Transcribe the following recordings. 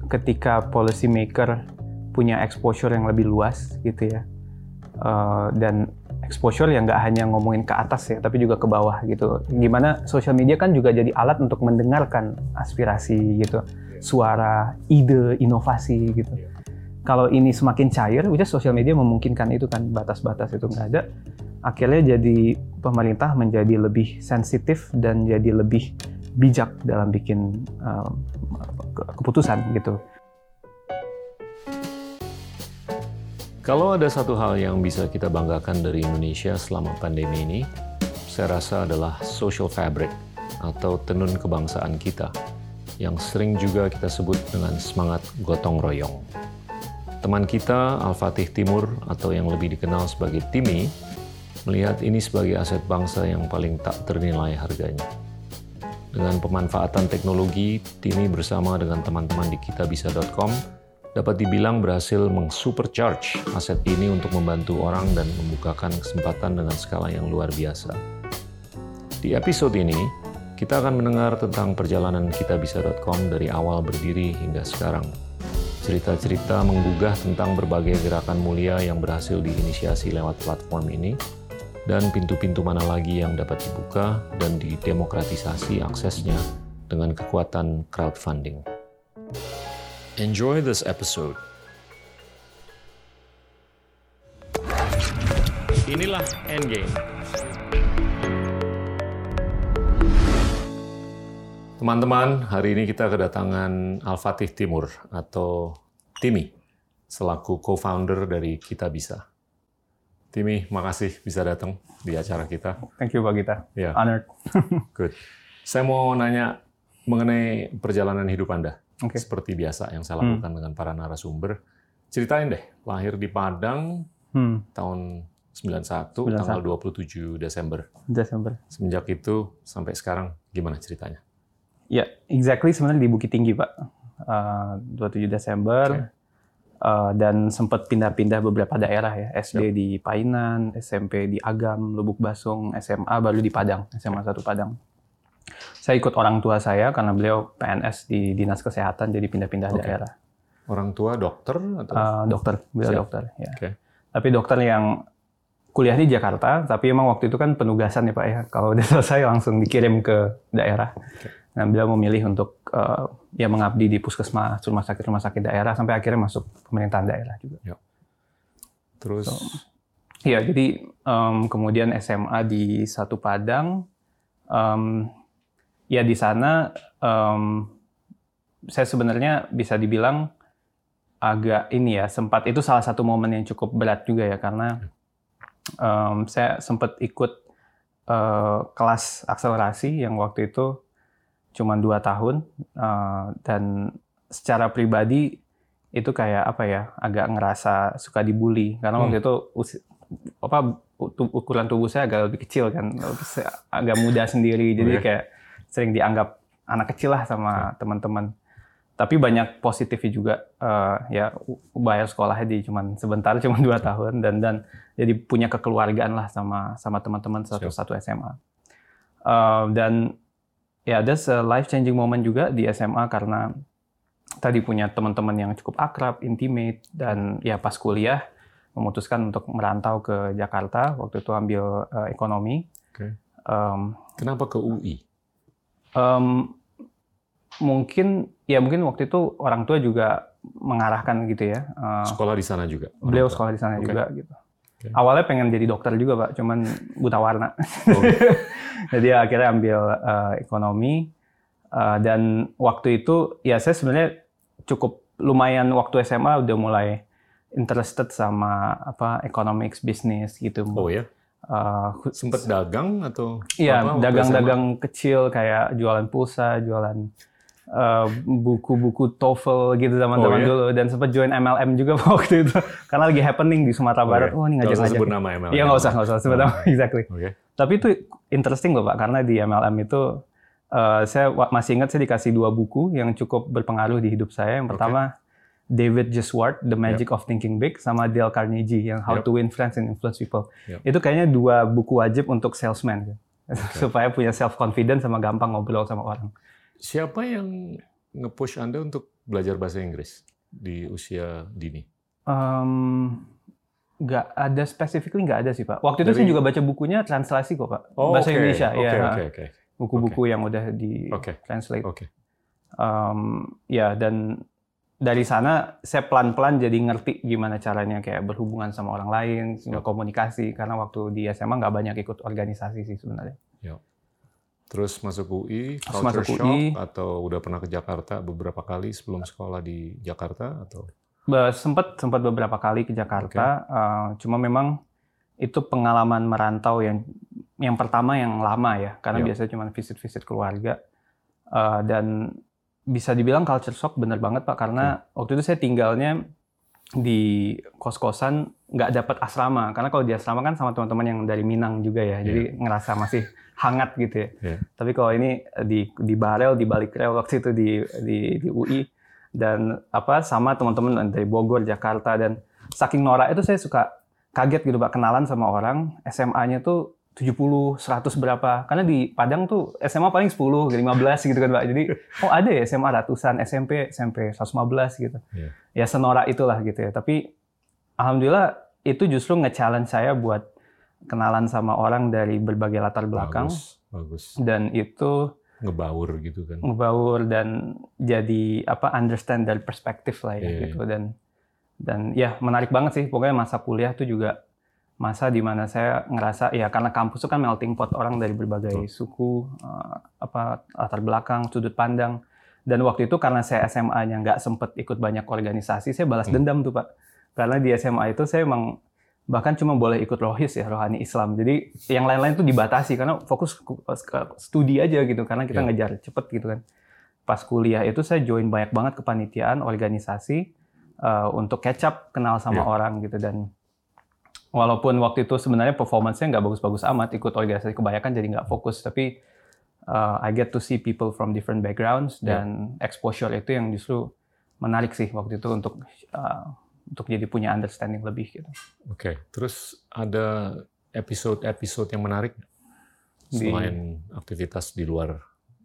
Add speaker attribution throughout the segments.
Speaker 1: ketika policy maker punya exposure yang lebih luas gitu ya, dan exposure yang nggak hanya ngomongin ke atas ya, tapi juga ke bawah gitu. Gimana social media kan juga jadi alat untuk mendengarkan aspirasi gitu, suara, ide, inovasi gitu. Kalau ini semakin cair, udah social media memungkinkan itu kan, batas-batas itu nggak ada. Akhirnya jadi pemerintah menjadi lebih sensitif dan jadi lebih bijak dalam bikin keputusan gitu.
Speaker 2: Kalau ada satu hal yang bisa kita banggakan dari Indonesia selama pandemi ini, saya rasa adalah social fabric atau tenun kebangsaan kita, yang sering juga kita sebut dengan semangat gotong royong. Teman kita, Al-Fatih Timur, atau yang lebih dikenal sebagai Timi, melihat ini sebagai aset bangsa yang paling tak ternilai harganya. Dengan pemanfaatan teknologi, Timi bersama dengan teman-teman di kitabisa.com dapat dibilang berhasil meng-supercharge aset ini untuk membantu orang dan membukakan kesempatan dengan skala yang luar biasa. Di episode ini, kita akan mendengar tentang perjalanan kitabisa.com dari awal berdiri hingga sekarang. Cerita-cerita menggugah tentang berbagai gerakan mulia yang berhasil diinisiasi lewat platform ini, dan pintu-pintu mana lagi yang dapat dibuka dan didemokratisasi aksesnya dengan kekuatan crowdfunding. Enjoy this episode. Inilah Endgame. Teman-teman, hari ini kita kedatangan Al-Fatih Timur atau Timi, selaku co-founder dari Kitabisa. Timi, makasih bisa datang di acara kita.
Speaker 1: Thank you, Pak Gita.
Speaker 2: Yeah.
Speaker 1: Honored.
Speaker 2: Good. Saya mau nanya mengenai perjalanan hidup Anda.
Speaker 1: Okay.
Speaker 2: Seperti biasa yang saya lakukan dengan para narasumber. Ceritain deh, lahir di Padang tahun 91, tanggal 27 Desember. Semenjak itu sampai sekarang, gimana ceritanya?
Speaker 1: Ya, exactly sebenarnya di Bukit Tinggi, Pak. 27 Desember. Dan sempat pindah-pindah beberapa daerah ya. SD di Painan, SMP di Agam, Lubuk Basung, SMA baru di Padang, SMA 1 Padang. Saya ikut orang tua saya karena beliau PNS di Dinas Kesehatan, jadi pindah-pindah daerah.
Speaker 2: Orang tua dokter? Atau?
Speaker 1: Dokter, beliau dokter. Ya.
Speaker 2: Okay.
Speaker 1: Tapi dokter yang kuliah di Jakarta, tapi emang waktu itu kan penugasan ya Pak ya. Kalau udah selesai langsung dikirim ke daerah. Okay. Nah, beliau memilih untuk ya mengabdi di puskesmas, rumah sakit daerah, sampai akhirnya masuk pemerintahan daerah juga.
Speaker 2: Ya. Terus?
Speaker 1: Ya, jadi kemudian SMA di 1 Padang. Ya di sana saya sebenarnya bisa dibilang agak ini ya, sempat itu salah satu momen yang cukup berat juga ya, karena saya sempat ikut kelas akselerasi yang waktu itu cuma 2 tahun, dan secara pribadi itu kayak apa ya, agak ngerasa suka dibully karena waktu itu ukuran tubuh saya agak lebih kecil kan, agak muda sendiri, jadi kayak sering dianggap anak kecil lah sama teman-teman. Tapi banyak positifnya juga, ya bayar sekolahnya di cuma sebentar, cuma 2 tahun, dan jadi punya kekeluargaan lah sama teman-teman satu SMA. Dan ya, that's a life-changing moment juga di SMA karena tadi punya teman-teman yang cukup akrab, intimate, dan ya pas kuliah memutuskan untuk merantau ke Jakarta. Waktu itu ambil ekonomi.
Speaker 2: Okay. Kenapa ke UI?
Speaker 1: Mungkin waktu itu orang tua juga mengarahkan gitu ya.
Speaker 2: Sekolah di sana juga?
Speaker 1: Beliau sekolah di sana juga gitu. Okay. Awalnya pengen jadi dokter juga Pak, cuman buta warna. Jadi akhirnya ambil ekonomi, dan waktu itu ya saya sebenarnya cukup lumayan waktu SMA udah mulai interested sama economics, bisnis gitu.
Speaker 2: Oh ya? Sempet dagang atau?
Speaker 1: Iya, dagang-dagang kecil kayak jualan pulsa, jualan buku-buku TOEFL gitu zaman-zaman dulu, dan sempat join MLM juga waktu itu karena lagi happening di Sumatera Barat. Oh, ini ngajak-ngajak.
Speaker 2: Nggak usah sebut nama MLM.
Speaker 1: Iya, nggak usah sebut nama, exactly.
Speaker 2: Okay.
Speaker 1: Tapi itu interesting loh Pak, karena di MLM itu saya masih ingat saya dikasih 2 buku yang cukup berpengaruh di hidup saya. Yang pertama David Jeswart, The Magic of Thinking Big, sama Dale Carnegie yang How to Win Friends and Influence People. Itu kayaknya 2 buku wajib untuk salesman, supaya punya self confidence sama gampang ngobrol sama orang.
Speaker 2: Siapa yang nge-push Anda untuk belajar bahasa Inggris di usia dini?
Speaker 1: Nggak ada specifically, nggak ada sih Pak. Waktu itu saya juga baca bukunya translasi kok Pak, bahasa Indonesia
Speaker 2: Oke.
Speaker 1: Buku-buku yang udah di translate. Ya, dan dari sana saya pelan-pelan jadi ngerti gimana caranya kayak berhubungan sama orang lain, komunikasi. Karena waktu di SMA nggak banyak ikut organisasi sih sebenarnya.
Speaker 2: Terus masuk UI, culture shock, atau udah pernah ke Jakarta beberapa kali sebelum sekolah di Jakarta atau?
Speaker 1: Sempat beberapa kali ke Jakarta. Cuma memang itu pengalaman merantau yang pertama yang lama ya, karena biasanya cuma visit-visit keluarga. Dan bisa dibilang culture shock bener banget Pak, karena waktu itu saya tinggalnya di kos-kosan, nggak dapat asrama. Karena kalau di asrama kan sama teman-teman yang dari Minang juga ya, jadi ngerasa masih hangat gitu ya. Tapi kalau ini di Barel, di balik rel waktu itu di UI, dan sama teman-teman dari Bogor, Jakarta, dan saking norak itu saya suka kaget gitu Pak, kenalan sama orang, SMA-nya tuh 70, 100 berapa. Karena di Padang tuh SMA paling 10, 15 gitu kan Pak. Jadi, ada ya SMA ratusan, SMP 115 gitu. Ya senorak itulah gitu ya. Tapi alhamdulillah itu justru nge-challenge saya buat kenalan sama orang dari berbagai latar belakang.
Speaker 2: Bagus.
Speaker 1: Dan itu
Speaker 2: ngebaur gitu kan.
Speaker 1: Ngebaur dan jadi understand dari perspektif lah ya gitu. Dan ya menarik banget sih. Pokoknya masa kuliah tuh juga masa di mana saya ngerasa ya, karena kampus itu kan melting pot orang dari berbagai suku, latar belakang, sudut pandang. Dan waktu itu karena saya SMA-nya nggak sempet ikut banyak organisasi, saya balas dendam tuh Pak. Karena di SMA itu saya emang bahkan cuma boleh ikut rohis ya, rohani Islam. Jadi yang lain-lain tuh dibatasi karena fokus ke studi aja gitu, karena kita ngejar cepet gitu kan. Pas kuliah itu saya join banyak banget kepanitiaan, organisasi untuk catch up, kenal sama orang gitu. Dan walaupun waktu itu sebenarnya performance-nya nggak bagus-bagus amat, ikut organisasi kebanyakan jadi nggak fokus, tapi I get to see people from different backgrounds, dan exposure itu yang justru menarik sih waktu itu untuk jadi punya understanding lebih gitu.
Speaker 2: Oke. Terus ada episode yang menarik selain aktivitas di luar?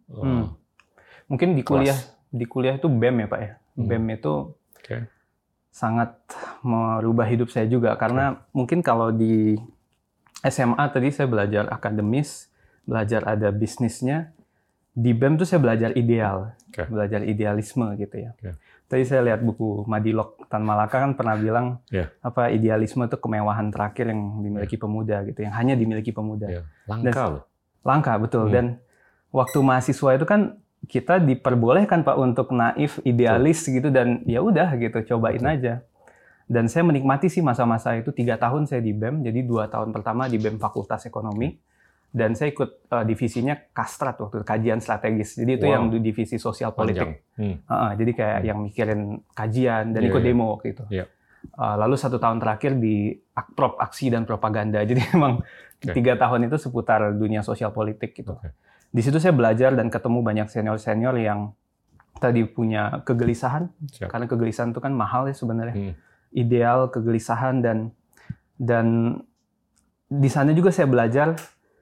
Speaker 1: Mungkin di kuliah itu BEM ya Pak ya. BEM itu sangat merubah hidup saya juga, karena mungkin kalau di SMA tadi saya belajar akademis, belajar ada bisnisnya. Di BEM tuh saya belajar ideal, belajar idealisme gitu ya. Tadi saya lihat buku Madilog Tan Malaka kan pernah bilang idealisme itu kemewahan terakhir yang dimiliki pemuda gitu, yang hanya dimiliki pemuda. Langka betul. Dan waktu mahasiswa itu kan kita diperbolehkan Pak untuk naif, idealis gitu, dan ya udah gitu, cobain aja. Dan saya menikmati sih masa-masa itu. 3 tahun saya di BEM, jadi 2 tahun pertama di BEM Fakultas Ekonomi, dan saya ikut divisinya Kastrat waktu itu, kajian strategis. Jadi itu yang divisi sosial politik. Jadi kayak yang mikirin kajian dan ikut demo waktu itu. Lalu 1 tahun terakhir di Akprop, aksi dan propaganda. Jadi memang 3 tahun itu seputar dunia sosial politik gitu. Di situ saya belajar dan ketemu banyak senior-senior yang tadi punya kegelisahan, karena kegelisahan itu kan mahal ya sebenarnya. Ideal, kegelisahan, dan di sana juga saya belajar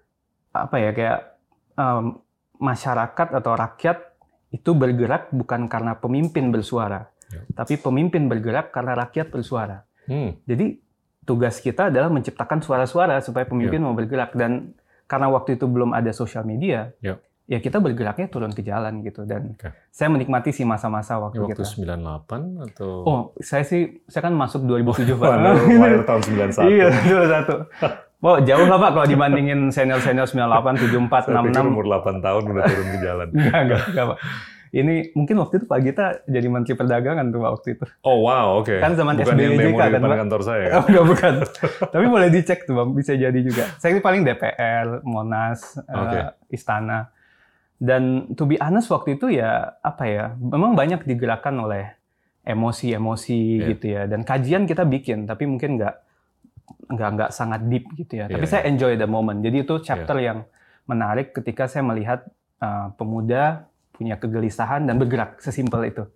Speaker 1: masyarakat atau rakyat itu bergerak bukan karena pemimpin bersuara, tapi pemimpin bergerak karena rakyat bersuara. Jadi tugas kita adalah menciptakan suara-suara supaya pemimpin mau bergerak. Dan karena waktu itu belum ada sosial media, ya kita bergeraknya turun ke jalan gitu. Dan saya menikmati sih masa-masa waktu kita.
Speaker 2: 98 atau?
Speaker 1: Saya kan masuk 2007 Pak.
Speaker 2: Lahir tahun 91.
Speaker 1: Iya, 91. Jauh lah Pak kalau dibandingin senior-senior 98, 74, 66.
Speaker 2: Saya pikir umur 8 tahun udah turun ke jalan.
Speaker 1: Enggak Pak. Ini mungkin waktu itu Pak Gita jadi Menteri Perdagangan tuh waktu itu.
Speaker 2: Oh wow, oke.
Speaker 1: Kan zaman
Speaker 2: bukan
Speaker 1: SBY
Speaker 2: yang demo
Speaker 1: kan
Speaker 2: di depan
Speaker 1: Pak?
Speaker 2: kantor saya.
Speaker 1: Oh, enggak, bukan. Tapi boleh dicek tuh Bang, bisa jadi juga. Saya ini paling DPR, Monas, Istana. Dan to be honest waktu itu ya memang banyak digerakkan oleh emosi-emosi gitu ya. Dan kajian kita bikin, tapi mungkin nggak sangat deep gitu ya. Tapi saya enjoy the moment. Jadi itu chapter yang menarik ketika saya melihat pemuda punya kegelisahan dan bergerak, sesimpel itu.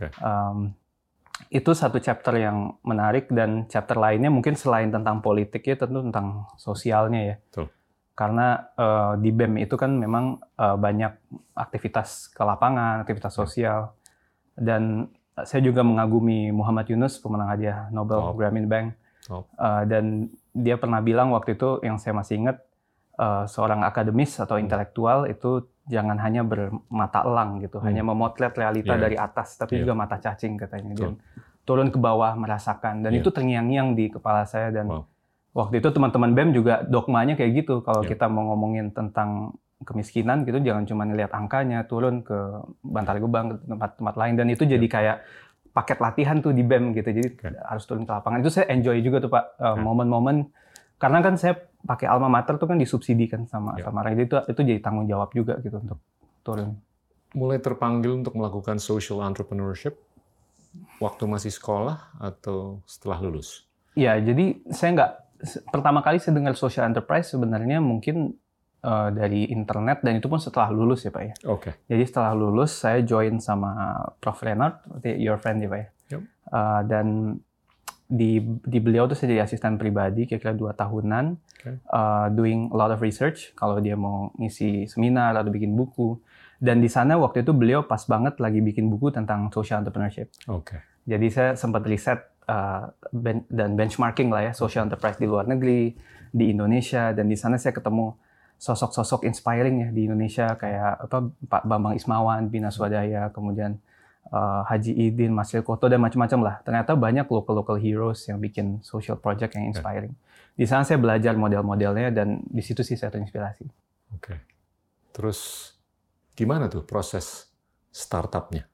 Speaker 1: Itu satu chapter yang menarik, dan chapter lainnya mungkin selain tentang politik ya tentu tentang sosialnya ya. Karena di BEM itu kan memang banyak aktivitas ke lapangan, aktivitas sosial. Dan saya juga mengagumi Muhammad Yunus, pemenang hadiah Nobel Grameen Bank. Dan dia pernah bilang waktu itu, yang saya masih ingat, seorang akademis atau intelektual itu jangan hanya bermata elang gitu, hanya memotret realita dari atas, tapi juga mata cacing katanya. Dia turun ke bawah merasakan, dan itu terngiang-ngiang di kepala saya. Dan waktu itu teman-teman BEM juga dogmanya kayak gitu, kalau kita mau ngomongin tentang kemiskinan gitu, jangan cuma ngelihat angkanya, turun ke Bantar Gebang, ke tempat-tempat lain, dan itu jadi kayak paket latihan tuh di BEM gitu, jadi harus turun ke lapangan. Itu saya enjoy juga tuh Pak, momen-momen, karena kan saya pakai alma mater tuh kan disubsidi kan sama orang, jadi itu jadi tanggung jawab juga gitu untuk turun.
Speaker 2: Mulai terpanggil untuk melakukan social entrepreneurship waktu masih sekolah atau setelah lulus?
Speaker 1: Ya, jadi saya pertama kali saya dengar social enterprise sebenarnya mungkin dari internet, dan itu pun setelah lulus ya Pak ya.
Speaker 2: Oke.
Speaker 1: Jadi setelah lulus saya join sama Prof. Renard, your friend ya Pak ya. Dan di beliau tuh saya jadi asisten pribadi kira-kira 2 tahunan, doing a lot of research kalau dia mau ngisi seminar atau bikin buku. Dan di sana waktu itu beliau pas banget lagi bikin buku tentang social entrepreneurship. Jadi saya sempat riset dan benchmarking lah ya social enterprise di luar negeri, di Indonesia, dan di sana saya ketemu sosok-sosok inspiring ya di Indonesia kayak Pak Bambang Ismawan, Bina Swadaya, kemudian Haji Idin, Mas Koto, dan macam-macam lah. Ternyata banyak local heroes yang bikin social project yang inspiring. Di sana saya belajar model-modelnya, dan di situ sih saya terinspirasi.
Speaker 2: Terus gimana tuh proses startupnya?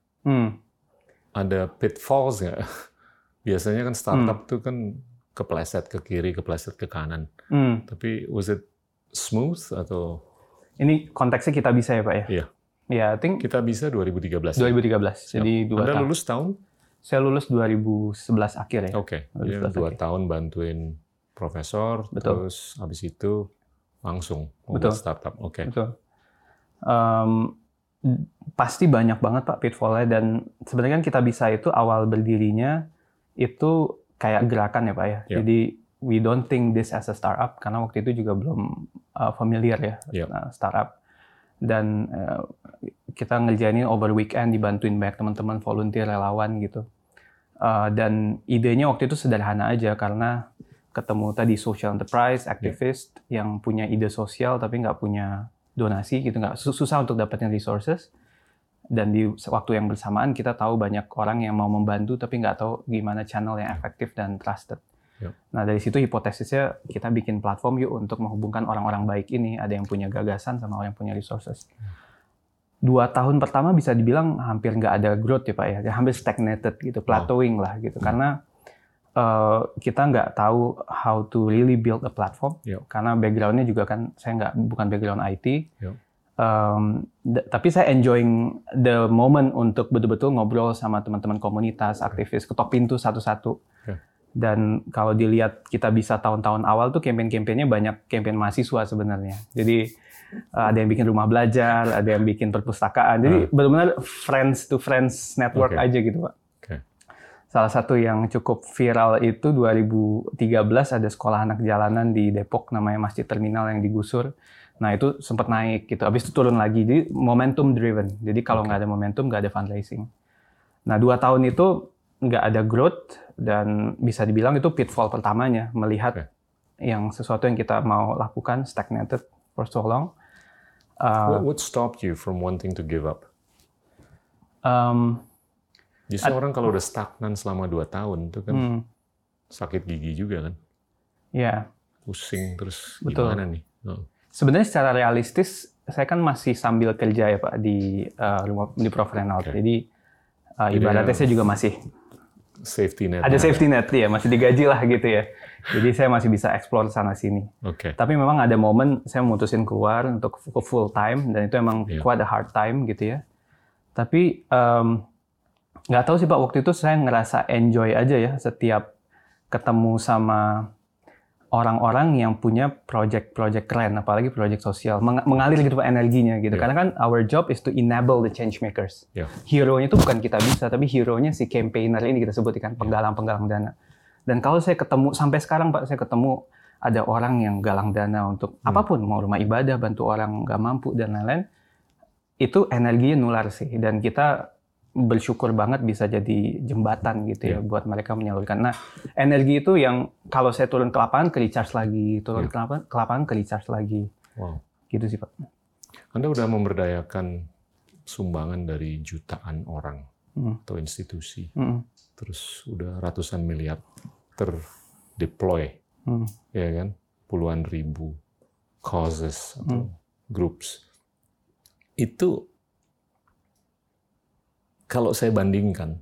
Speaker 2: Ada pitfalls nggak? Biasanya kan startup tuh kan kepleset ke kiri, kepleset ke kanan. Tapi was it smooth atau?
Speaker 1: Ini konteksnya kita bisa ya Pak ya?
Speaker 2: Iya.
Speaker 1: Ya, I think
Speaker 2: kita bisa 2013.
Speaker 1: 2013. Jadi 2 tahun.
Speaker 2: Anda lulus tahun?
Speaker 1: Saya lulus 2011 akhir ya.
Speaker 2: Jadi 2 tahun bantuin profesor, terus habis itu langsung buat startup.
Speaker 1: Betul. Pasti banyak banget Pak pitfall-nya, dan sebenarnya kan kita bisa itu awal berdirinya itu kayak gerakan ya Pak ya. Jadi we don't think this as a startup, karena waktu itu juga belum familiar ya startup. Dan kita ngerjainin over weekend, dibantuin banyak teman-teman volunteer, relawan gitu. Dan idenya waktu itu sederhana aja, karena ketemu tadi social enterprise, activist yang punya ide sosial tapi nggak punya donasi gitu, nggak susah untuk dapetin resources. Dan di waktu yang bersamaan kita tahu banyak orang yang mau membantu tapi nggak tahu gimana channel yang efektif dan trusted. Nah dari situ hipotesisnya kita bikin platform yuk untuk menghubungkan orang-orang baik ini, ada yang punya gagasan sama orang yang punya resources. 2 tahun pertama bisa dibilang hampir nggak ada growth ya Pak ya, hampir stagnated gitu, plateauing lah gitu, karena kita nggak tahu how to really build a platform, karena background-nya juga kan saya bukan background IT. Tapi saya enjoying the moment untuk betul-betul ngobrol sama teman-teman komunitas, aktivis, ketok pintu satu-satu. Dan kalau dilihat kita bisa tahun-tahun awal tuh campaign-campaignnya banyak campaign mahasiswa sebenarnya. Jadi ada yang bikin rumah belajar, ada yang bikin perpustakaan. Jadi benar-benar friends to friends network aja gitu Pak. Salah satu yang cukup viral itu 2013 ada sekolah anak jalanan di Depok namanya Masjid Terminal yang digusur. Nah itu sempat naik gitu, habis itu turun lagi. Jadi momentum driven. Jadi kalau nggak ada momentum nggak ada fundraising. Nah 2 tahun itu nggak ada growth, dan bisa dibilang itu pitfall pertamanya, melihat yang sesuatu yang kita mau lakukan stagnated for so long.
Speaker 2: What stopped you from wanting to give up? Justru orang kalau udah stagnan selama 2 tahun itu kan sakit gigi juga kan? Pusing terus gimana nih?
Speaker 1: Sebenarnya secara realistis saya kan masih sambil kerja ya Pak di Prof. Renard. Jadi ibaratnya saya juga masih
Speaker 2: safety net.
Speaker 1: Ada safety net ya, masih digaji lah gitu ya. Jadi saya masih bisa explore sana sini. Tapi memang ada momen saya memutusin keluar untuk full time, dan itu emang quite a hard time gitu ya. Tapi nggak tahu sih Pak, waktu itu saya ngerasa enjoy aja ya setiap ketemu sama orang-orang yang punya project-project keren, apalagi project sosial, mengalir gitu Pak energinya gitu. Karena kan our job is to enable the change makers. Hero-nya itu bukan kita bisa, tapi hero-nya si campaigner ini kita sebut kan, penggalang-penggalang dana. Dan kalau saya ketemu, sampai sekarang Pak, saya ketemu ada orang yang galang dana untuk apapun, mau rumah ibadah, bantu orang nggak mampu, dan lain-lain, itu energinya nular sih. Dan kita bersyukur banget bisa jadi jembatan gitu ya buat mereka menyalurkan. Nah, energi itu yang kalau saya turun ke lapangan ke recharge lagi, turun ke lapangan ke recharge lagi.
Speaker 2: Wow.
Speaker 1: Gitu sih Pak.
Speaker 2: Anda udah memberdayakan sumbangan dari jutaan orang atau institusi. Terus udah ratusan miliar terdeploy. Ya kan? Puluhan ribu causes atau groups. Itu kalau saya bandingkan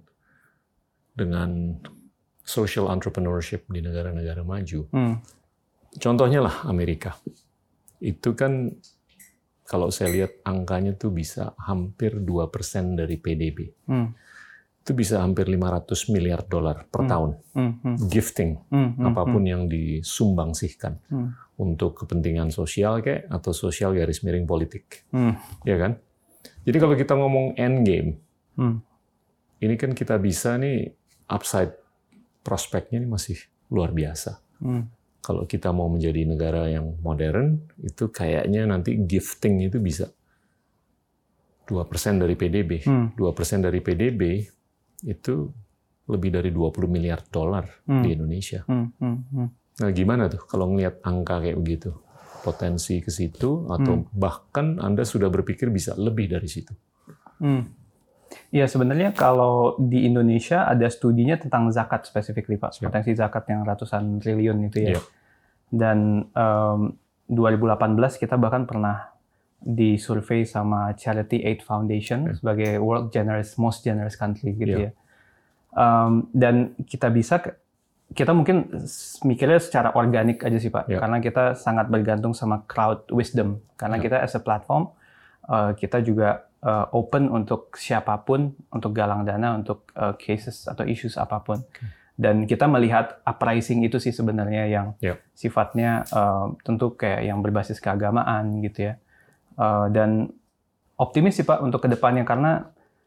Speaker 2: dengan social entrepreneurship di negara-negara maju, contohnya lah Amerika. Itu kan kalau saya lihat angkanya tuh bisa hampir 2% dari PDB. Itu bisa hampir $500 miliar per tahun. Gifting, apapun yang disumbangsihkan untuk kepentingan sosial kayak atau sosial garis miring politik. Ya kan? Jadi kalau kita ngomong end game, ini kan kita bisa nih upside prospeknya ini masih luar biasa. Kalau kita mau menjadi negara yang modern, itu kayaknya nanti gifting itu bisa 2% dari PDB. 2% dari PDB itu lebih dari $20 miliar di Indonesia. Nah, gimana tuh kalau ngelihat angka kayak begitu? Potensi ke situ atau bahkan Anda sudah berpikir bisa lebih dari situ?
Speaker 1: Ya, sebenarnya kalau di Indonesia ada studinya tentang zakat spesifik, Pak. Potensi zakat yang ratusan triliun itu ya. Dan 2018 kita bahkan pernah disurvei sama Charity Aid Foundation sebagai most generous country gitu ya. Dan kita mungkin mikirnya secara organik aja sih Pak, karena kita sangat bergantung sama crowd wisdom. Karena kita as a platform, kita juga open untuk siapapun, untuk galang dana, untuk cases atau issues apapun. Dan kita melihat uprising itu sih sebenarnya yang sifatnya tentu kayak yang berbasis keagamaan gitu ya. Dan optimis sih Pak untuk kedepannya, karena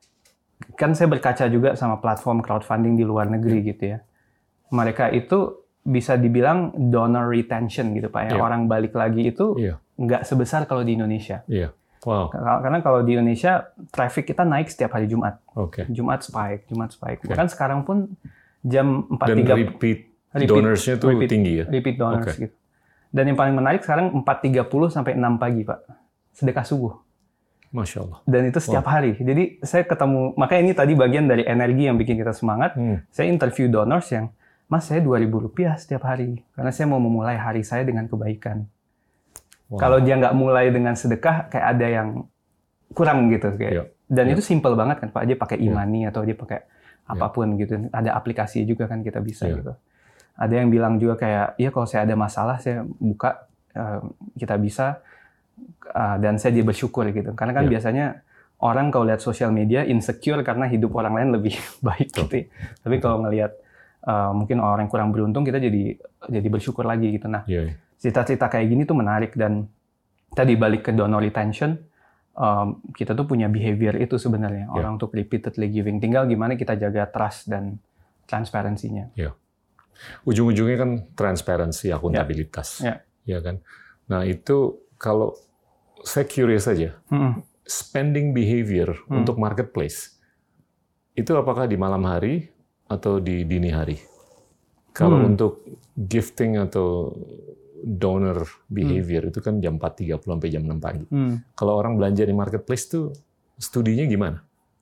Speaker 1: kan saya berkaca juga sama platform crowdfunding di luar negeri gitu ya. Mereka itu bisa dibilang donor retention gitu Pak ya. Orang balik lagi itu nggak sebesar kalau di Indonesia.
Speaker 2: Wow.
Speaker 1: Karena kalau di Indonesia traffic kita naik setiap hari Jumat. Jumat spike. Bahkan sekarang pun jam 4.30.
Speaker 2: Dan repeat donorsnya tuh tinggi ya?
Speaker 1: Repeat donors gitu. Dan yang paling menarik sekarang 4.30 sampai 6 pagi Pak. Sedekah subuh.
Speaker 2: Masya Allah.
Speaker 1: Dan itu setiap hari. Jadi saya ketemu, makanya ini tadi bagian dari energi yang bikin kita semangat. Saya interview donors yang, Mas saya Rp2.000 setiap hari. Karena saya mau memulai hari saya dengan kebaikan. Kalau dia nggak mulai dengan sedekah, kayak ada yang kurang gitu. Dan itu simple banget kan Pak. Dia pakai e-money atau dia pakai apapun gitu. Ada aplikasi juga kan kita bisa gitu. Ada yang bilang juga kayak, ya kalau saya ada masalah, saya buka, kita bisa, dan saya dia bersyukur gitu. Karena kan biasanya orang kalau lihat sosial media insecure karena hidup orang lain lebih baik gitu. Tapi kalau ngelihat mungkin orang yang kurang beruntung, kita jadi bersyukur lagi gitu. Nah, cerita-cerita kayak gini tuh menarik. Dan tadi balik ke donor retention, kita tuh punya behavior itu sebenarnya orang untuk repeatedly giving. Tinggal gimana kita jaga trust dan transparansinya.
Speaker 2: Ujung-ujungnya kan transparansi, akuntabilitas, ya kan. Nah itu kalau saya curious saja, spending behavior untuk marketplace itu apakah di malam hari atau di dini hari? Kalau untuk gifting atau donor behavior itu kan jam 4.30 sampai jam 6 pagi. Kalau orang belanja di marketplace tuh studinya gimana?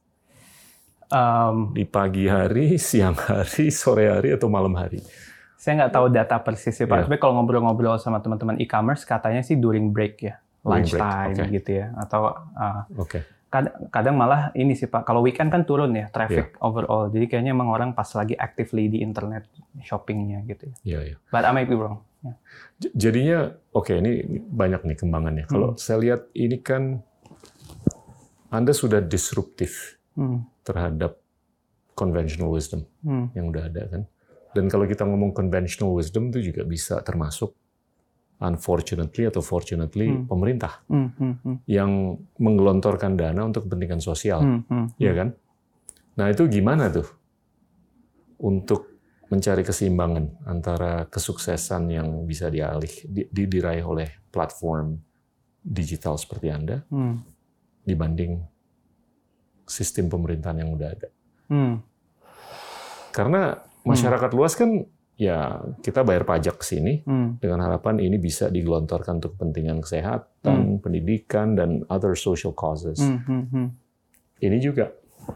Speaker 2: Di pagi hari, siang hari, sore hari, atau malam hari?
Speaker 1: Saya nggak tahu data persis ya Pak. Tapi kalau ngobrol-ngobrol sama teman-teman e-commerce, katanya sih during break ya, lunch time gitu ya. Atau kadang malah ini sih Pak, kalau weekend kan turun ya traffic overall. Jadi kayaknya emang orang pas lagi actively di internet shoppingnya gitu ya. But I might be wrong.
Speaker 2: Jadinya, ini banyak nih kembangannya. Kalau saya lihat ini kan Anda sudah disruptif terhadap conventional wisdom yang udah ada kan. Dan kalau kita ngomong conventional wisdom itu juga bisa termasuk unfortunately atau fortunately pemerintah yang menggelontorkan dana untuk kepentingan sosial, ya kan? Nah itu gimana tuh untuk mencari keseimbangan antara kesuksesan yang bisa diraih oleh platform digital seperti Anda dibanding sistem pemerintahan yang udah ada.
Speaker 1: Hmm.
Speaker 2: Karena masyarakat luas kan ya kita bayar pajak ke sini dengan harapan ini bisa digelontorkan untuk kepentingan kesehatan, pendidikan, dan other social causes. Ini juga.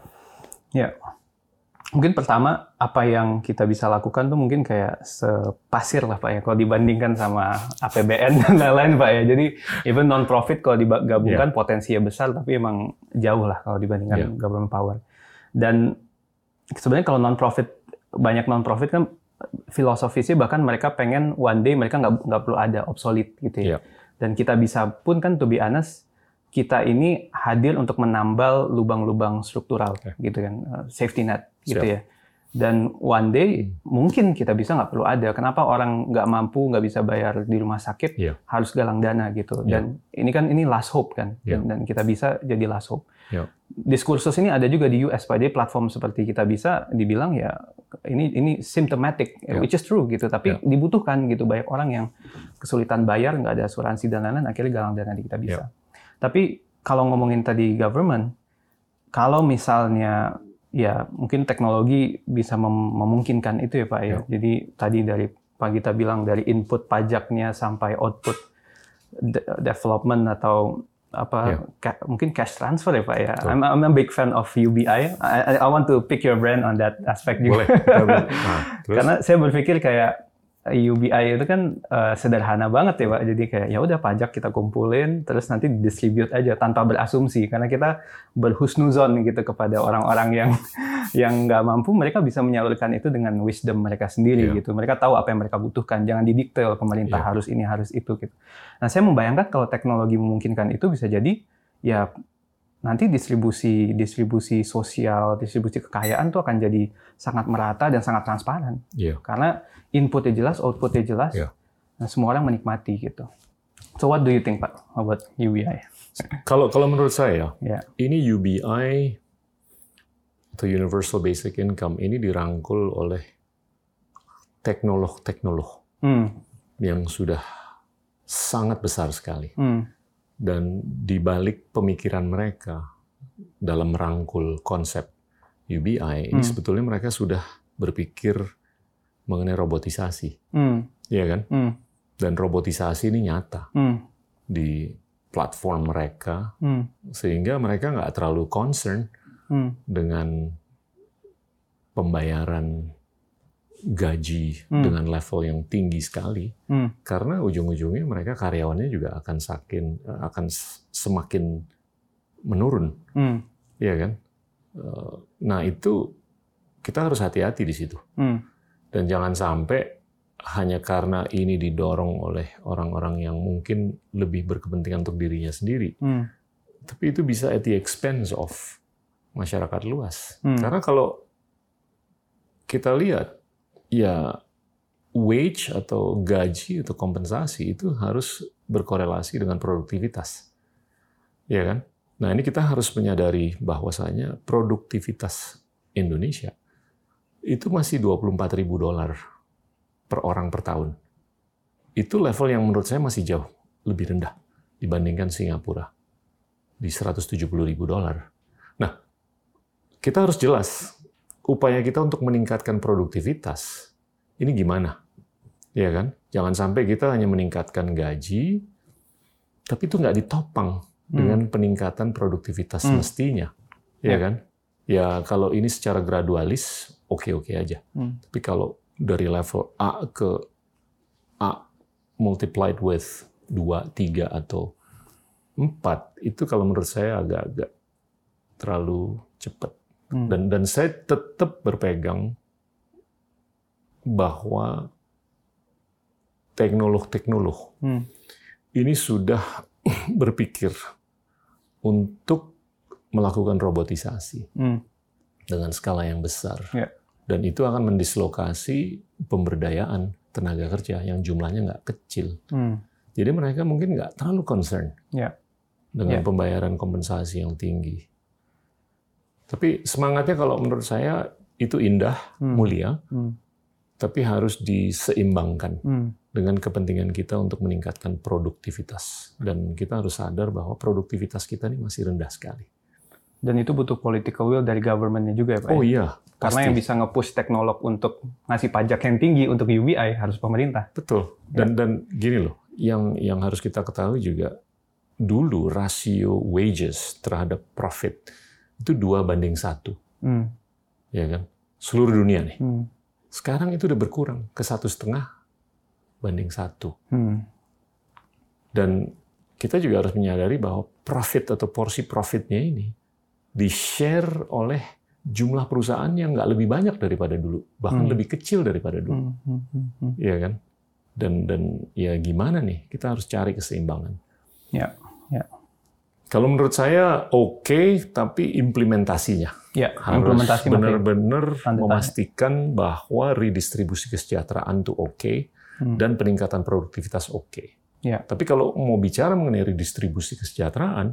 Speaker 1: Ya. Mungkin pertama apa yang kita bisa lakukan tuh mungkin kayak sepasir lah Pak ya, kalau dibandingkan sama APBN dan lain-lain Pak ya. Jadi even non-profit kalau digabungkan potensinya besar, tapi emang jauh lah kalau dibandingkan government power. Dan sebenarnya kalau non-profit, banyak non-profit kan filosofisnya bahkan mereka pengen one day mereka nggak perlu ada, obsolete gitu ya. Dan kita bisa pun kan to be honest, kita ini hadir untuk menambal lubang-lubang struktural gitu kan, safety net gitu ya. Dan one day mungkin kita bisa nggak perlu ada. Kenapa orang nggak mampu, nggak bisa bayar di rumah sakit harus galang dana gitu. Dan ini last hope kan, dan kita bisa jadi last hope. Diskursus ini ada juga di US, Pak. Jadi platform seperti kita bisa dibilang ya ini symptomatic, which is true gitu. Tapi dibutuhkan gitu, banyak orang yang kesulitan bayar, nggak ada asuransi dan lain-lain, akhirnya galang dana di kita bisa. Tapi kalau ngomongin tadi government, kalau misalnya ya mungkin teknologi bisa memungkinkan itu ya Pak ya. Jadi tadi dari Pak Gita bilang dari input pajaknya sampai output development atau apa mungkin cash transfer ya Pak ya. I'm a big fan of UBI. I want to pick your brain on that aspect juga.
Speaker 2: Boleh.
Speaker 1: Karena saya berpikir kayak UBI itu kan sederhana banget ya Pak. Jadi kayak ya udah pajak kita kumpulin terus nanti distribute aja tanpa berasumsi, karena kita berhusnuzon gitu kepada orang-orang yang nggak mampu, mereka bisa menyalurkan itu dengan wisdom mereka sendiri gitu. Mereka tahu apa yang mereka butuhkan, jangan didikte pemerintah harus ini harus itu gitu. Nah, saya membayangkan kalau teknologi memungkinkan itu bisa jadi ya nanti distribusi sosial, distribusi kekayaan tuh akan jadi sangat merata dan sangat transparan. Karena inputnya jelas, outputnya jelas, nah, semua orang menikmati gitu. So what do you think Pak about UBI?
Speaker 2: Kalau menurut saya, ini UBI atau Universal Basic Income ini dirangkul oleh teknolog yang sudah sangat besar sekali. Dan di balik pemikiran mereka dalam merangkul konsep UBI, ini sebetulnya mereka sudah berpikir mengenai robotisasi, ya kan? Dan robotisasi ini nyata di platform mereka, sehingga mereka nggak terlalu concern dengan pembayaran gaji dengan level yang tinggi sekali, karena ujung-ujungnya mereka karyawannya juga akan semakin menurun, ya kan? Nah itu kita harus hati-hati di situ, dan jangan sampai hanya karena ini didorong oleh orang-orang yang mungkin lebih berkepentingan untuk dirinya sendiri, tapi itu bisa at the expense of masyarakat luas. Karena kalau kita lihat ya wage atau gaji atau kompensasi itu harus berkorelasi dengan produktivitas, ya kan? Nah ini kita harus menyadari bahwasanya produktivitas Indonesia itu masih $24.000 per orang per tahun. Itu level yang menurut saya masih jauh lebih rendah dibandingkan Singapura di $170.000. Nah kita harus jelas upaya kita untuk meningkatkan produktivitas ini gimana, ya kan? Jangan sampai kita hanya meningkatkan gaji, tapi itu nggak ditopang dengan peningkatan produktivitas mestinya, ya kan? Ya kalau ini secara gradualis oke-oke aja, tapi kalau dari level A ke A multiplied with 2, 3 atau 4 itu kalau menurut saya agak-agak terlalu cepat. Dan saya tetap berpegang bahwa teknolog ini sudah berpikir untuk melakukan robotisasi dengan skala yang besar. Dan itu akan mendislokasi pemberdayaan tenaga kerja yang jumlahnya nggak kecil. Jadi mereka mungkin nggak terlalu concern dengan pembayaran kompensasi yang tinggi. Tapi semangatnya kalau menurut saya itu indah, mulia, tapi harus diseimbangkan dengan kepentingan kita untuk meningkatkan produktivitas. Dan kita harus sadar bahwa produktivitas kita ini masih rendah sekali.
Speaker 1: Dan itu butuh political will dari government-nya juga ya Pak?
Speaker 2: Oh
Speaker 1: ya?
Speaker 2: iya.
Speaker 1: Karena
Speaker 2: pasti.
Speaker 1: yang bisa nge-push teknolog untuk ngasih pajak yang tinggi untuk UBI harus pemerintah.
Speaker 2: Betul. Dan gini loh, yang harus kita ketahui juga, dulu rasio wages terhadap profit itu 2:1. Ya kan? Seluruh dunia nih. Sekarang itu udah berkurang ke 1,5:1. Dan kita juga harus menyadari bahwa profit atau porsi profitnya ini di-share oleh jumlah perusahaan yang nggak lebih banyak daripada dulu, bahkan lebih kecil daripada dulu. Iya kan? Dan ya gimana nih? Kita harus cari keseimbangan.
Speaker 1: Ya.
Speaker 2: Kalau menurut saya oke, tapi implementasinya harus benar-benar memastikan bahwa redistribusi kesejahteraan itu oke dan peningkatan produktivitas oke.
Speaker 1: Ya.
Speaker 2: Tapi kalau mau bicara mengenai redistribusi kesejahteraan,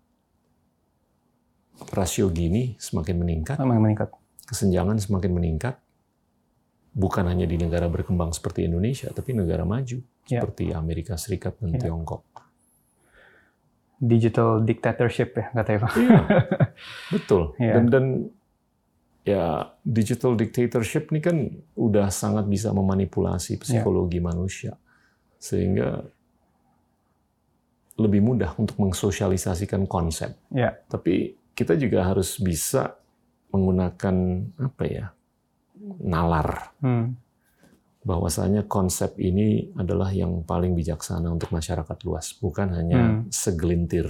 Speaker 2: rasio Gini semakin meningkat, kesenjangan semakin meningkat, bukan hanya di negara berkembang seperti Indonesia, tapi negara maju seperti Amerika Serikat dan Tiongkok.
Speaker 1: Digital dictatorship ya katanya Pak.
Speaker 2: Iya, betul. Dan ya digital dictatorship ini kan udah sangat bisa memanipulasi psikologi manusia, sehingga lebih mudah untuk mensosialisasikan konsep. Tapi kita juga harus bisa menggunakan nalar. Bahwasanya konsep ini adalah yang paling bijaksana untuk masyarakat luas, bukan hanya segelintir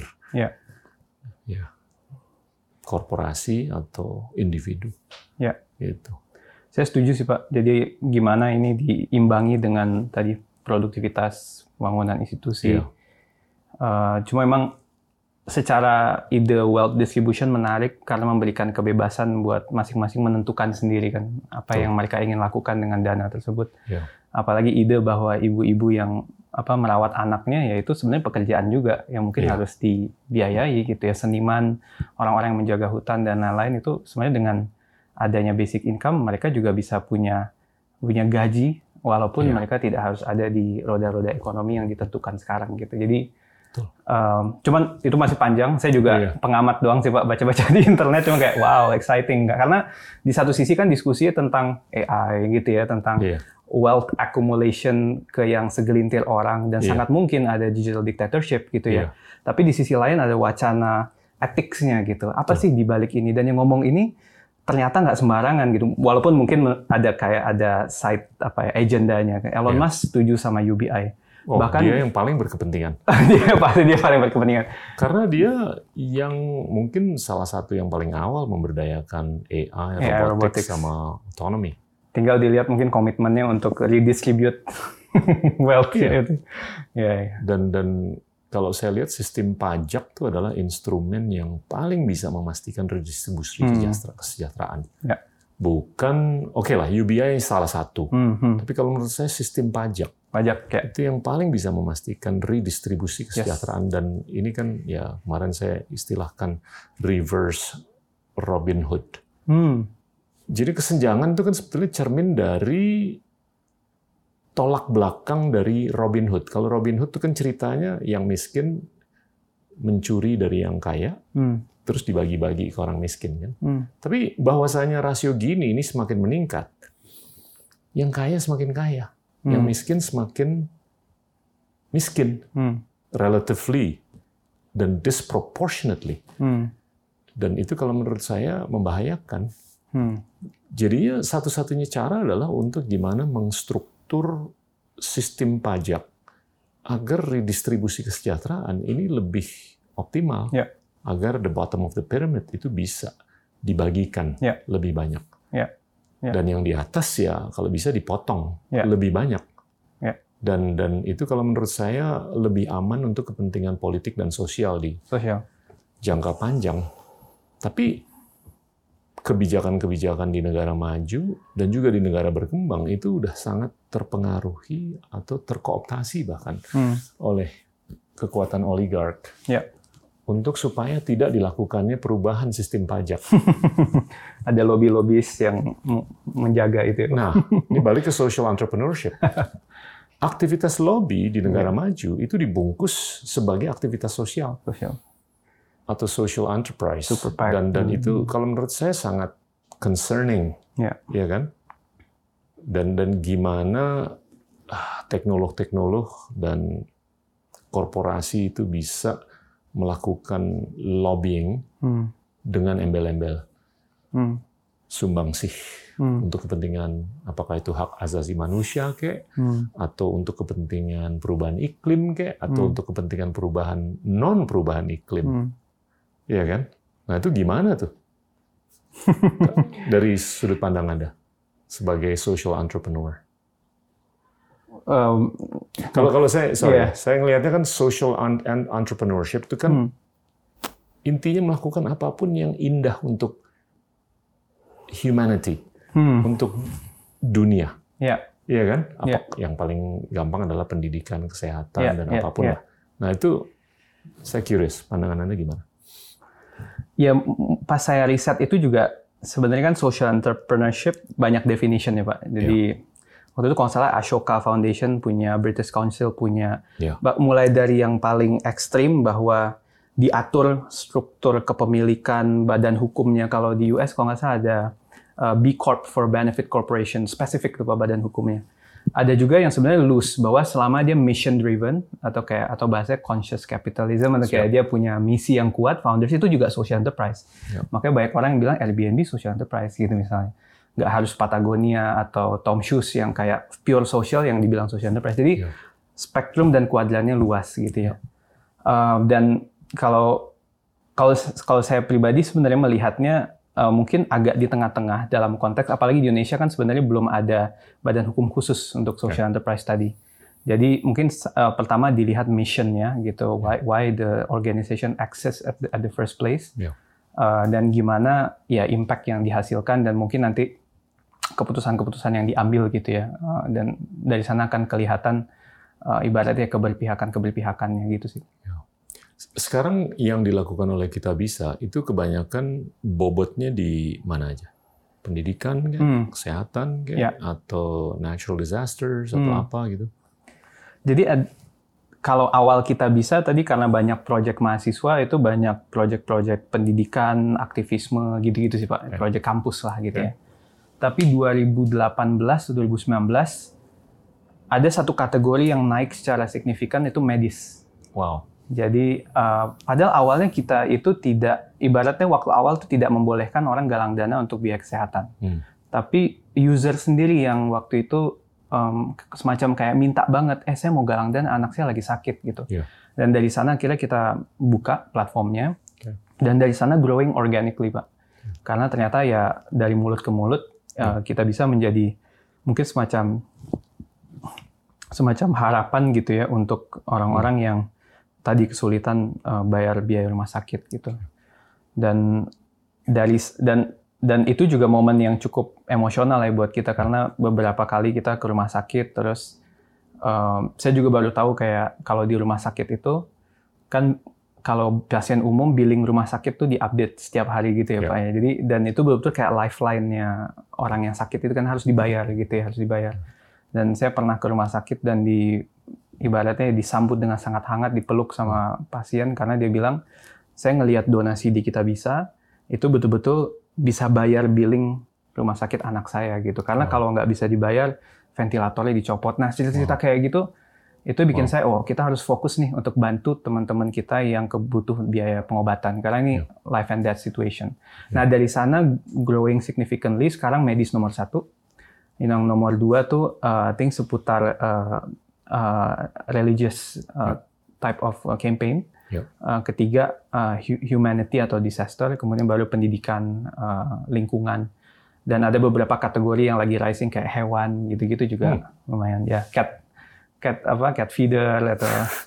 Speaker 2: korporasi atau individu. Gitu.
Speaker 1: Saya setuju sih Pak. Jadi gimana ini diimbangi dengan tadi produktivitas pembangunan institusi. Cuma memang secara ide wealth distribution menarik karena memberikan kebebasan buat masing-masing menentukan sendiri kan apa yang mereka ingin lakukan dengan dana tersebut. Apalagi ide bahwa ibu-ibu yang merawat anaknya, ya itu sebenarnya pekerjaan juga yang mungkin harus dibiayai gitu ya. Seniman, orang-orang yang menjaga hutan dan lain-lain itu sebenarnya dengan adanya basic income mereka juga bisa punya gaji walaupun mereka tidak harus ada di roda-roda ekonomi yang ditentukan sekarang gitu. Jadi cuman itu masih panjang. Saya juga pengamat doang sih Pak, baca-baca di internet, cuma kayak wow exciting. Karena di satu sisi kan diskusinya tentang AI gitu ya, tentang wealth accumulation ke yang segelintir orang dan sangat mungkin ada digital dictatorship gitu ya. Tapi di sisi lain ada wacana ethics-nya gitu. Apa sih di balik ini? Dan yang ngomong ini ternyata nggak sembarangan gitu. Walaupun mungkin ada side agendanya. Elon Musk setuju sama UBI. Bahkan
Speaker 2: dia yang paling berkepentingan.
Speaker 1: Dia paling berkepentingan.
Speaker 2: Karena dia yang mungkin salah satu yang paling awal memberdayakan AI, robotics sama autonomy.
Speaker 1: Tinggal dilihat mungkin komitmennya untuk redistribute wealth itu.
Speaker 2: Dan kalau saya lihat sistem pajak itu adalah instrumen yang paling bisa memastikan redistribusi kesejahteraan. Bukan, UBI salah satu. Tapi kalau menurut saya sistem pajak itu yang paling bisa memastikan redistribusi kesejahteraan. Dan ini kan ya kemarin saya istilahkan reverse Robin Hood. Jadi kesenjangan itu kan sebetulnya cermin dari tolak belakang dari Robin Hood. Kalau Robin Hood itu kan ceritanya yang miskin mencuri dari yang kaya, terus dibagi-bagi ke orang miskin kan. Tapi bahwasanya rasio Gini ini semakin meningkat, yang kaya semakin kaya. Yang miskin semakin miskin, relatively dan disproportionately. Dan itu kalau menurut saya membahayakan. Jadinya satu-satunya cara adalah untuk gimana mengstruktur sistem pajak agar redistribusi kesejahteraan ini lebih optimal, agar the bottom of the pyramid itu bisa dibagikan lebih banyak. Dan yang di atas ya kalau bisa dipotong lebih banyak. Dan itu kalau menurut saya lebih aman untuk kepentingan politik dan sosial di jangka panjang. Tapi kebijakan-kebijakan di negara maju dan juga di negara berkembang itu udah sangat terpengaruhi atau terkooptasi bahkan oleh kekuatan oligark. Untuk supaya tidak dilakukannya perubahan sistem pajak.
Speaker 1: Ada lobby-lobis yang menjaga itu.
Speaker 2: Nah, ini balik ke social entrepreneurship. Aktivitas lobby di negara maju itu dibungkus sebagai aktivitas sosial. atau social enterprise.
Speaker 1: Super-power.
Speaker 2: Dan itu kalau menurut saya sangat concerning, ya kan? Dan gimana teknolog dan korporasi itu bisa melakukan lobbying dengan embel-embel sumbangsih untuk kepentingan apakah itu hak asasi manusia atau untuk kepentingan perubahan iklim atau untuk kepentingan non perubahan iklim, ya kan? Nah itu gimana tuh dari sudut pandang Anda sebagai social entrepreneur? Kalau saya ngelihatnya kan social entrepreneurship itu kan intinya melakukan apapun yang indah untuk humanity, untuk dunia, iya kan? Yang paling gampang adalah pendidikan, kesehatan dan apapun lah. Nah itu saya curious, pandangan Anda gimana?
Speaker 1: Ya pas saya riset itu juga sebenarnya kan social entrepreneurship banyak definition ya Pak. Jadi waktu itu kalau nggak salah Ashoka Foundation punya, British Council punya, mulai dari yang paling ekstrim bahwa diatur struktur kepemilikan badan hukumnya. Kalau di US kalau nggak salah ada B Corp for Benefit Corporation, spesifik tuh badan hukumnya. Ada juga yang sebenarnya loose bahwa selama dia mission driven atau bahasanya conscious capitalism atau kayak dia punya misi yang kuat, founders itu juga social enterprise. Makanya banyak orang yang bilang Airbnb social enterprise gitu misalnya. Nggak harus Patagonia atau Tom Shoes yang kayak pure social yang dibilang social enterprise. Jadi spektrum dan kuadrannya luas gitu ya. Dan kalau saya pribadi sebenarnya melihatnya mungkin agak di tengah-tengah dalam konteks, apalagi di Indonesia kan sebenarnya belum ada badan hukum khusus untuk social enterprise tadi. Jadi mungkin pertama dilihat missionnya gitu, why the organization exists at the first place, dan gimana ya impact yang dihasilkan dan mungkin nanti keputusan-keputusan yang diambil gitu ya, dan dari sana akan kelihatan ibaratnya keberpihakannya gitu sih.
Speaker 2: Sekarang yang dilakukan oleh Kitabisa itu kebanyakan bobotnya di mana aja? Pendidikan, kesehatan, atau natural disasters atau apa gitu?
Speaker 1: Jadi kalau awal Kitabisa tadi karena banyak proyek mahasiswa itu banyak proyek-proyek pendidikan, aktivisme gitu-gitu sih Pak, proyek kampus lah gitu ya. Tapi 2018 atau 2019 ada satu kategori yang naik secara signifikan itu medis.
Speaker 2: Wow.
Speaker 1: Jadi padahal awalnya kita itu tidak, ibaratnya waktu awal itu tidak membolehkan orang galang dana untuk biaya kesehatan. Tapi user sendiri yang waktu itu semacam kayak minta banget, saya mau galang dana, anak saya lagi sakit gitu. Dan dari sana akhirnya kita buka platformnya, dan dari sana growing organically Pak. Karena ternyata ya dari mulut ke mulut kita bisa menjadi mungkin semacam harapan gitu ya untuk orang-orang yang tadi kesulitan bayar biaya rumah sakit gitu. Dan itu juga momen yang cukup emosional ya buat kita karena beberapa kali kita ke rumah sakit terus saya juga baru tahu kayak kalau di rumah sakit itu kan kalau pasien umum billing rumah sakit tuh diupdate setiap hari gitu ya Pak ya. Jadi dan itu betul-betul kayak lifeline-nya orang yang sakit itu kan harus dibayar gitu ya, harus dibayar. Dan saya pernah ke rumah sakit dan ibaratnya disambut dengan sangat hangat, dipeluk sama pasien karena dia bilang, saya ngelihat donasi di Kitabisa, itu betul-betul bisa bayar billing rumah sakit anak saya gitu. Karena kalau nggak bisa dibayar, ventilatornya dicopot. Nah, cerita-cerita kayak gitu, itu bikin saya, kita harus fokus nih untuk bantu teman-teman kita yang kebutuh biaya pengobatan. Karena ini life and death situation. Nah, dari sana growing significantly, sekarang medis nomor 1. Yang nomor 2 tuh, I think seputar religious type of campaign. Ketiga humanity atau disaster, kemudian baru pendidikan, lingkungan, dan ada beberapa kategori yang lagi rising kayak hewan gitu-gitu juga lumayan ya, cat feeder atau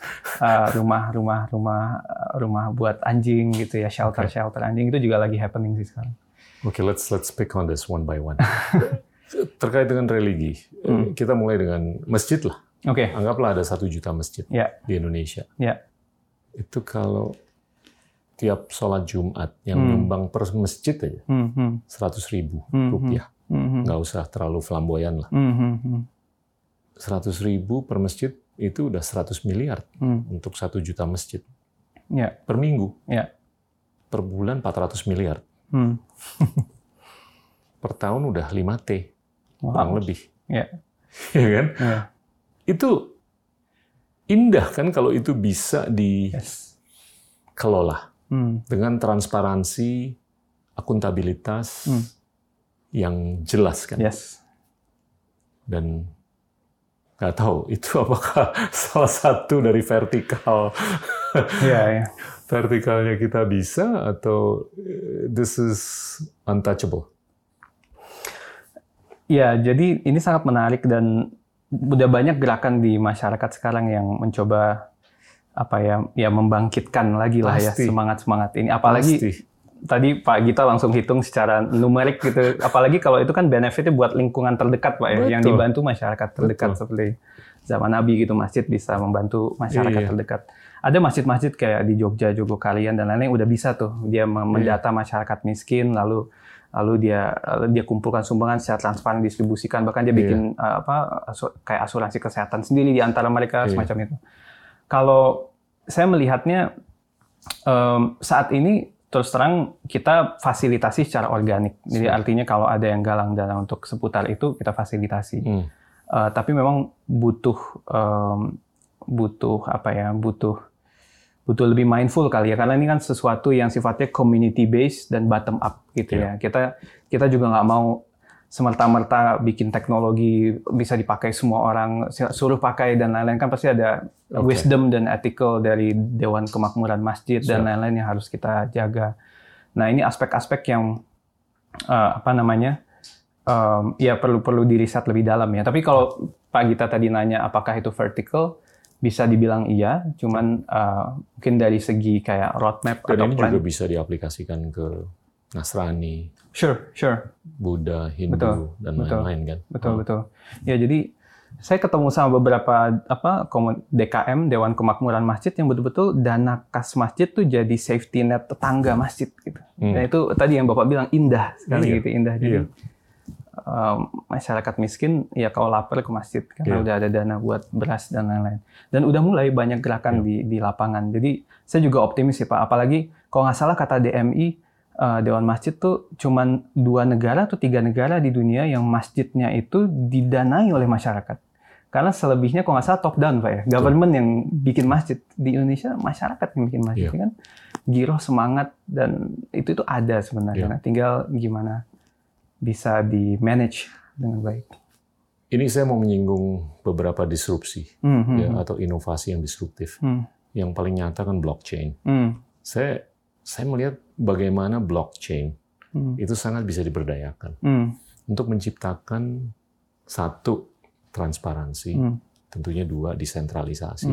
Speaker 1: rumah buat anjing gitu ya, shelter anjing itu juga lagi happening sih sekarang.
Speaker 2: Let's pick on this one by one. Terkait dengan religi, kita mulai dengan masjid lah. Anggaplah ada 1 juta masjid di Indonesia. Itu kalau tiap sholat Jumat yang nyumbang per masjid aja 100.000 rupiah. Nggak usah terlalu flamboyan lah. 100.000 per masjid itu udah 100 miliar untuk 1 juta masjid per minggu. per bulan 400 miliar. Per tahun udah 5T, kurang lebih.
Speaker 1: Ya.
Speaker 2: Ya kan?
Speaker 1: Ya.
Speaker 2: Itu indah kan kalau itu bisa dikelola dengan transparansi, akuntabilitas yang jelas kan.
Speaker 1: Yes.
Speaker 2: Dan nggak tahu itu apakah salah satu dari vertikal vertikalnya kita bisa atau this is untouchable.
Speaker 1: Ya, jadi ini sangat menarik dan udah banyak gerakan di masyarakat sekarang yang mencoba membangkitkan lagi lah ya semangat ini. Apalagi tadi Pak Gita langsung hitung secara numerik gitu. Apalagi kalau itu kan benefitnya buat lingkungan terdekat Pak ya, yang dibantu masyarakat terdekat seperti zaman Nabi gitu, masjid bisa membantu masyarakat terdekat. Ada masjid-masjid kayak di Jogja, Jogokarian dan lain-lain udah bisa tuh dia mendata masyarakat miskin lalu dia kumpulkan sumbangan secara transparan, distribusikan, bahkan dia bikin kayak asuransi kesehatan sendiri di antara mereka semacam itu. Kalau saya melihatnya saat ini terus terang kita fasilitasi secara organik. Jadi artinya kalau ada yang galang dana untuk seputar itu kita fasilitasi. Tapi memang butuh lebih mindful kali ya, karena ini kan sesuatu yang sifatnya community based dan bottom up gitu ya. Kita juga nggak mau semerta-merta bikin teknologi bisa dipakai semua orang, suruh pakai dan lain-lain, kan pasti ada wisdom dan ethical dari Dewan Kemakmuran Masjid dan lain-lain yang harus kita jaga. Nah ini aspek-aspek yang perlu diriset lebih dalam ya. Tapi kalau Pak Gita tadi nanya apakah itu vertical, bisa dibilang iya, cuman mungkin dari segi kayak roadmap
Speaker 2: dan atau plan. Juga bisa diaplikasikan ke Nasrani,
Speaker 1: sure,
Speaker 2: Buddha, Hindu, dan lain-lain kan.
Speaker 1: Betul. Ya jadi saya ketemu sama beberapa DKM, Dewan Kemakmuran Masjid, yang betul-betul dana kas masjid tuh jadi safety net tetangga masjid gitu. Dan itu tadi yang Bapak bilang indah sekali gitu, indah. Jadi masyarakat miskin ya kalau lapar ke masjid karena udah ada dana buat beras dan lain-lain. Dan udah mulai banyak gerakan di lapangan. Jadi saya juga optimis sih Pak. Apalagi kalau nggak salah kata DMI, Dewan Masjid tuh cuman 2 negara atau 3 negara di dunia yang masjidnya itu didanai oleh masyarakat. Karena selebihnya kalau nggak salah top down Pak ya. Government yang bikin masjid. Di Indonesia masyarakat yang bikin masjid kan. Giroh, semangat, dan itu ada sebenarnya. Nah, tinggal gimana bisa di-manage dengan baik.
Speaker 2: Ini saya mau menyinggung beberapa disrupsi atau inovasi yang disruptif. Yang paling nyata kan blockchain. Saya melihat bagaimana blockchain itu sangat bisa diberdayakan untuk menciptakan 1, transparansi, tentunya 2, desentralisasi,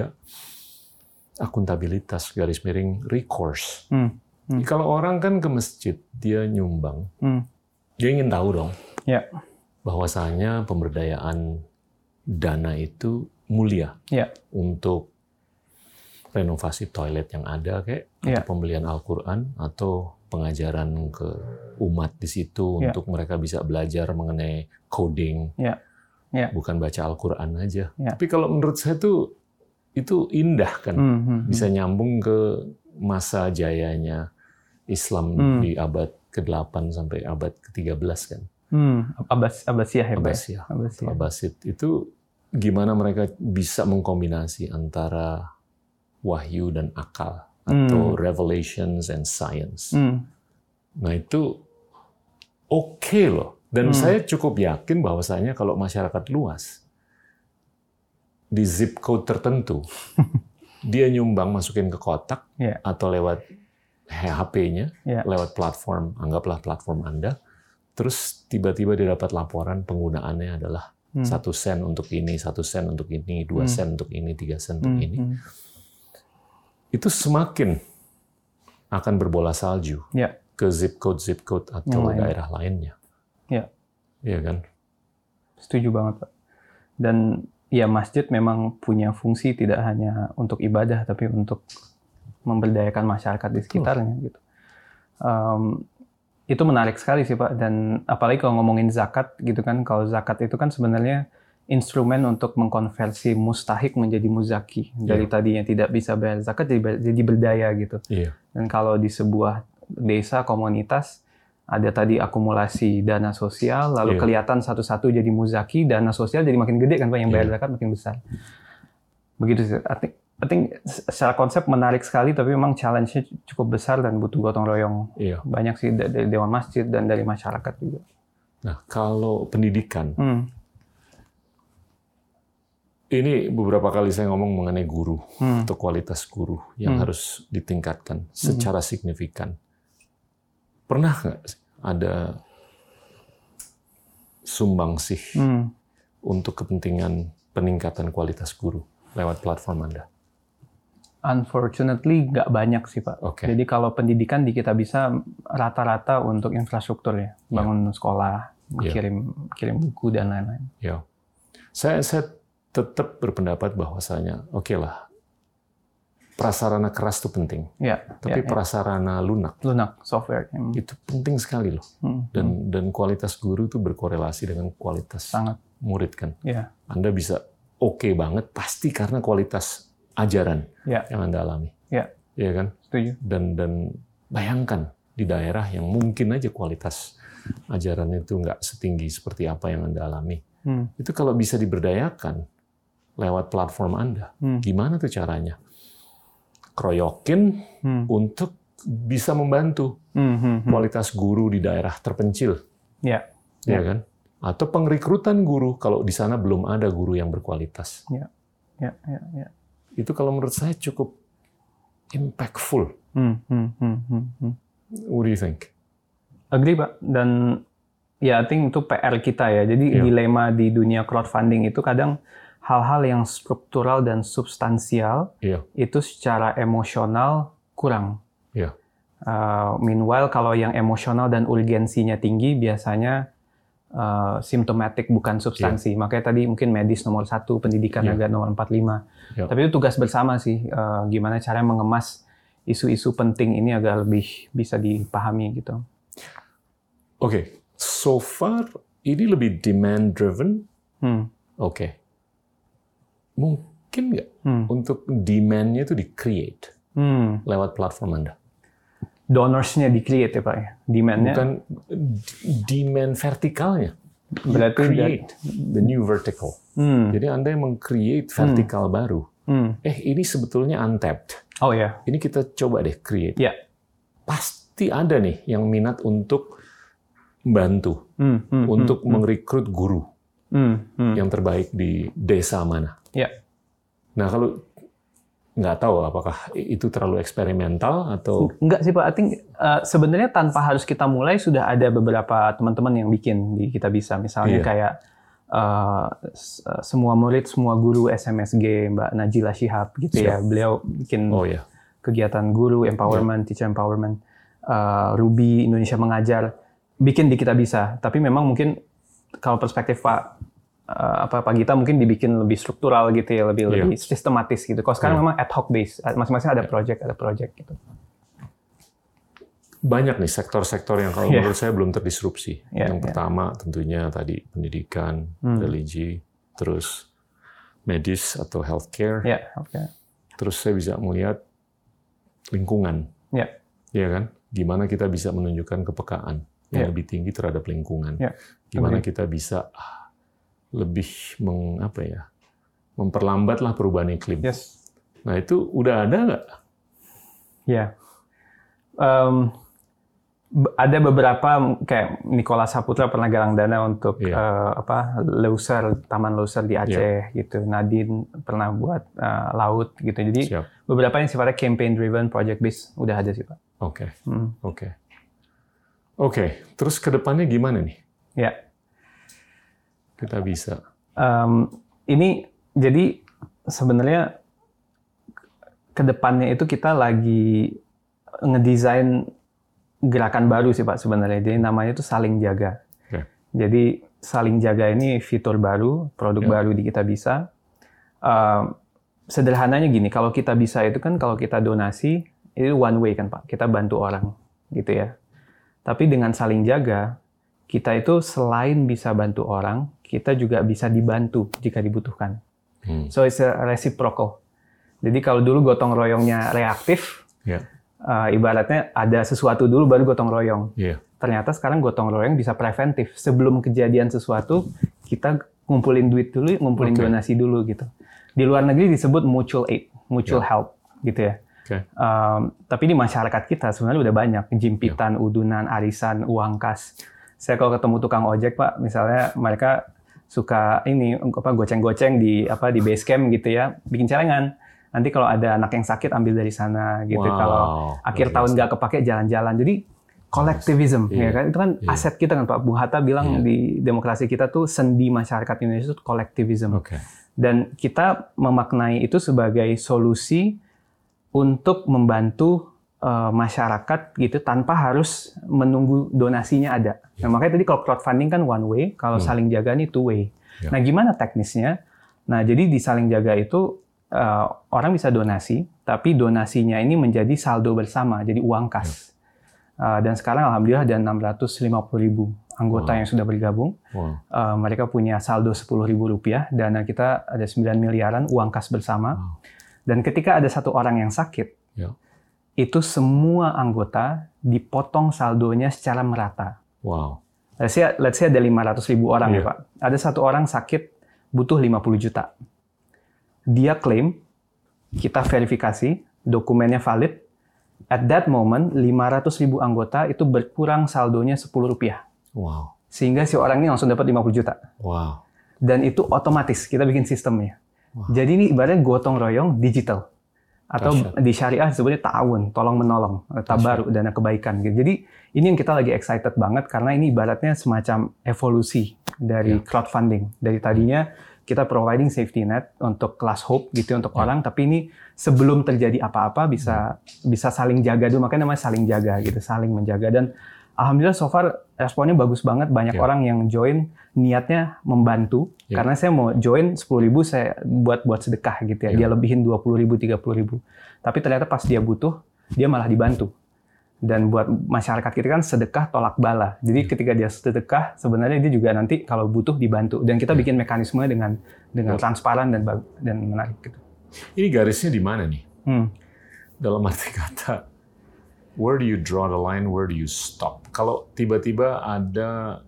Speaker 2: 3, akuntabilitas, garis miring, recourse. Kalau orang kan ke masjid, dia nyumbang, dia ingin tahu dong bahwasanya pemberdayaan dana itu mulia untuk renovasi toilet yang ada atau pembelian Al-Quran atau pengajaran ke umat di situ untuk mereka bisa belajar mengenai coding, bukan baca Al-Quran aja. Tapi kalau menurut saya itu indah kan, bisa nyambung ke masa jayanya Islam di abad ke-8 sampai abad ke-13 kan.
Speaker 1: Abbasiyah ya Pak?
Speaker 2: Abbasid itu gimana mereka bisa mengkombinasi antara wahyu dan akal atau revelations and science. Nah itu oke loh. Dan saya cukup yakin bahwasanya kalau masyarakat luas di zip code tertentu dia nyumbang masukin ke kotak atau lewat HP-nya, lewat platform, anggaplah platform Anda, terus tiba-tiba dia dapat laporan penggunaannya adalah 1 sen untuk ini, 1 sen untuk ini, 2 sen untuk ini, 3 sen untuk ini. Itu semakin akan berbola salju ke zip code atau daerah lainnya. Iya kan?
Speaker 1: Setuju banget Pak. Dan ya masjid memang punya fungsi tidak hanya untuk ibadah, tapi untuk memberdayakan masyarakat di sekitarnya gitu. Itu menarik sekali sih Pak. Dan apalagi kalau ngomongin zakat gitu kan, kalau zakat itu kan sebenarnya instrumen untuk mengkonversi mustahik menjadi muzaki. Dari tadinya tidak bisa bayar zakat jadi berdaya gitu. Dan kalau di sebuah desa, komunitas, ada tadi akumulasi dana sosial, lalu kelihatan satu-satu jadi muzaki, dana sosial jadi makin gede kan Pak, yang bayar zakat makin besar. Begitu sih. I think secara konsep menarik sekali, tapi memang challenge-nya cukup besar dan butuh gotong royong. Banyak sih dari Dewan Masjid dan dari masyarakat juga.
Speaker 2: Nah, kalau pendidikan, ini beberapa kali saya ngomong mengenai guru atau kualitas guru yang harus ditingkatkan secara signifikan. Pernah nggak ada sumbangsih untuk kepentingan peningkatan kualitas guru lewat platform Anda?
Speaker 1: Unfortunately, nggak banyak sih Pak. Jadi kalau pendidikan di Kitabisa rata-rata untuk infrastruktur ya, bangun sekolah, kirim buku dan lain-lain.
Speaker 2: Saya tetap berpendapat bahwasanya oke lah, prasarana keras itu penting, tapi prasarana lunak
Speaker 1: software
Speaker 2: itu penting sekali loh. Dan kualitas guru itu berkorelasi dengan kualitas murid kan. Anda bisa oke banget pasti karena kualitas ajaran yang Anda alami, ya kan?
Speaker 1: Setuju.
Speaker 2: Dan bayangkan di daerah yang mungkin aja kualitas ajaran itu nggak setinggi seperti apa yang Anda alami, itu kalau bisa diberdayakan lewat platform Anda, gimana tuh caranya? Keroyokin untuk bisa membantu kualitas guru di daerah terpencil, ya kan? Atau pengrekrutan guru kalau di sana belum ada guru yang berkualitas. Itu kalau menurut saya cukup impactful. What do you think?
Speaker 1: Agree Pak. Dan I think itu PR kita ya. Jadi dilema di dunia crowdfunding itu kadang hal-hal yang struktural dan substansial itu secara emosional kurang. Meanwhile kalau yang emosional dan urgensinya tinggi biasanya simptomatik bukan substansi. Makanya tadi mungkin medis nomor 1, pendidikan agak nomor 4-5. Tapi itu tugas bersama sih. Gimana cara mengemas isu-isu penting ini agar lebih bisa dipahami gitu.
Speaker 2: So far ini lebih demand driven. Mungkin nggak untuk demand-nya itu di-create lewat platform Anda?
Speaker 1: Donors-nya di-create ya Pak ya? Demand-nya?
Speaker 2: Bukan demand vertikalnya.
Speaker 1: Berarti
Speaker 2: create the new vertical. Jadi Anda yang meng-create vertikal baru. Ini sebetulnya untapped. Ini kita coba deh create. Pasti ada nih yang minat untuk membantu, untuk merekrut guru yang terbaik di desa mana. Nah, kalau nggak tahu apakah itu terlalu eksperimental atau
Speaker 1: enggak sih Pak. I think sebenarnya tanpa harus kita mulai sudah ada beberapa teman-teman yang bikin di Kitabisa. Misalnya kayak semua murid, semua guru SMSG Mbak Najila Shihab gitu ya. Beliau bikin kegiatan guru empowerment, teacher empowerment. Ruby Indonesia Mengajar bikin di Kitabisa. Tapi memang mungkin kalau perspektif Pak Gita mungkin dibikin lebih struktural gitu ya, lebih sistematis gitu. Kalau sekarang memang ad hoc base, masing-masing ada project gitu.
Speaker 2: Banyak nih sektor-sektor yang kalau menurut saya belum terdisrupsi. Yang pertama tentunya tadi pendidikan, religi, terus medis atau healthcare. Terus saya bisa melihat lingkungan. Ya kan? Gimana kita bisa menunjukkan kepekaan yang lebih tinggi terhadap lingkungan. Gimana kita bisa lebih memperlambatlah perubahan iklim. Nah itu udah ada nggak?
Speaker 1: Ada beberapa kayak Nicholas Saputra pernah galang dana untuk Leuser, Taman Leuser di Aceh gitu. Nadine pernah buat laut gitu. Jadi beberapa yang sifatnya campaign driven, project based udah ada sih Pak.
Speaker 2: Oke. Terus ke depannya gimana nih? Kita bisa.
Speaker 1: Ini jadi sebenarnya ke depannya itu kita lagi ngedesain gerakan baru sih Pak sebenarnya. Jadi namanya itu Saling Jaga. Jadi Saling Jaga ini fitur baru, produk baru di Kitabisa. Sederhananya gini, kalau Kitabisa itu kan kalau kita donasi itu one way kan Pak. Kita bantu orang gitu ya. Tapi dengan Saling Jaga kita itu selain bisa bantu orang, kita juga bisa dibantu jika dibutuhkan. So it's a reciprocal. Jadi kalau dulu gotong royongnya reaktif, ibaratnya ada sesuatu dulu baru gotong royong. Ternyata sekarang gotong royong bisa preventif. Sebelum kejadian sesuatu, kita ngumpulin duit dulu, ngumpulin donasi dulu gitu. Di luar negeri disebut mutual aid, mutual help gitu ya. Tapi di masyarakat kita sebenarnya udah banyak jimpitan, udunan, arisan, uang kas. Saya kalau ketemu tukang ojek, Pak, misalnya mereka suka goceng-goceng di base camp gitu ya, bikin celengan. Nanti kalau ada anak yang sakit ambil dari sana gitu. Kalau akhir tahun nggak kepake jalan-jalan. Jadi kolektivisme ya kan, itu kan aset kita kan, Pak. Bung Hatta bilang di demokrasi kita tuh sendi masyarakat Indonesia itu kolektivisme. Dan kita memaknai itu sebagai solusi untuk membantu masyarakat gitu tanpa harus menunggu donasinya ada. Nah, makanya tadi kalau crowdfunding kan one way, kalau saling jaga ini two way. Nah, gimana teknisnya? Nah, jadi di saling jaga itu orang bisa donasi, tapi donasinya ini menjadi saldo bersama, jadi uang kas. Dan sekarang alhamdulillah ada 650.000 anggota yang sudah bergabung. Mereka punya saldo Rp10.000, dana kita ada 9 miliaran uang kas bersama. Dan ketika ada satu orang yang sakit, itu semua anggota dipotong saldonya secara merata. Let's say ada 500.000 orang ya Pak. Ada satu orang sakit butuh 50 juta. Dia klaim, kita verifikasi, dokumennya valid. At that moment, 500.000 anggota itu berkurang saldonya Rp10. Sehingga si orang ini langsung dapat 50 juta. Dan itu otomatis, kita bikin sistemnya. Jadi ini ibaratnya gotong royong digital. Atau di syariah disebutnya ta'awun, tolong menolong, tabaruk, dana kebaikan. Jadi ini yang kita lagi excited banget karena ini ibaratnya semacam evolusi dari crowdfunding. Dari tadinya kita providing safety net untuk kelas hope gitu untuk orang, tapi ini sebelum terjadi apa-apa bisa saling jaga dulu, makanya namanya saling jaga gitu, saling menjaga. Dan alhamdulillah so far responnya bagus banget, banyak orang yang join niatnya membantu. Karena saya mau join 10.000 saya buat sedekah gitu ya. Dia lebihin 20.000, 30.000. Tapi ternyata pas dia butuh, dia malah dibantu. Dan buat masyarakat kita kan sedekah tolak bala. Jadi ketika dia sedekah, sebenarnya dia juga nanti kalau butuh dibantu. Dan kita bikin mekanisme dengan transparan dan menarik gitu.
Speaker 2: Ini garisnya di mana nih? Dalam arti kata, where do you draw the line, where do you stop? Kalau tiba-tiba ada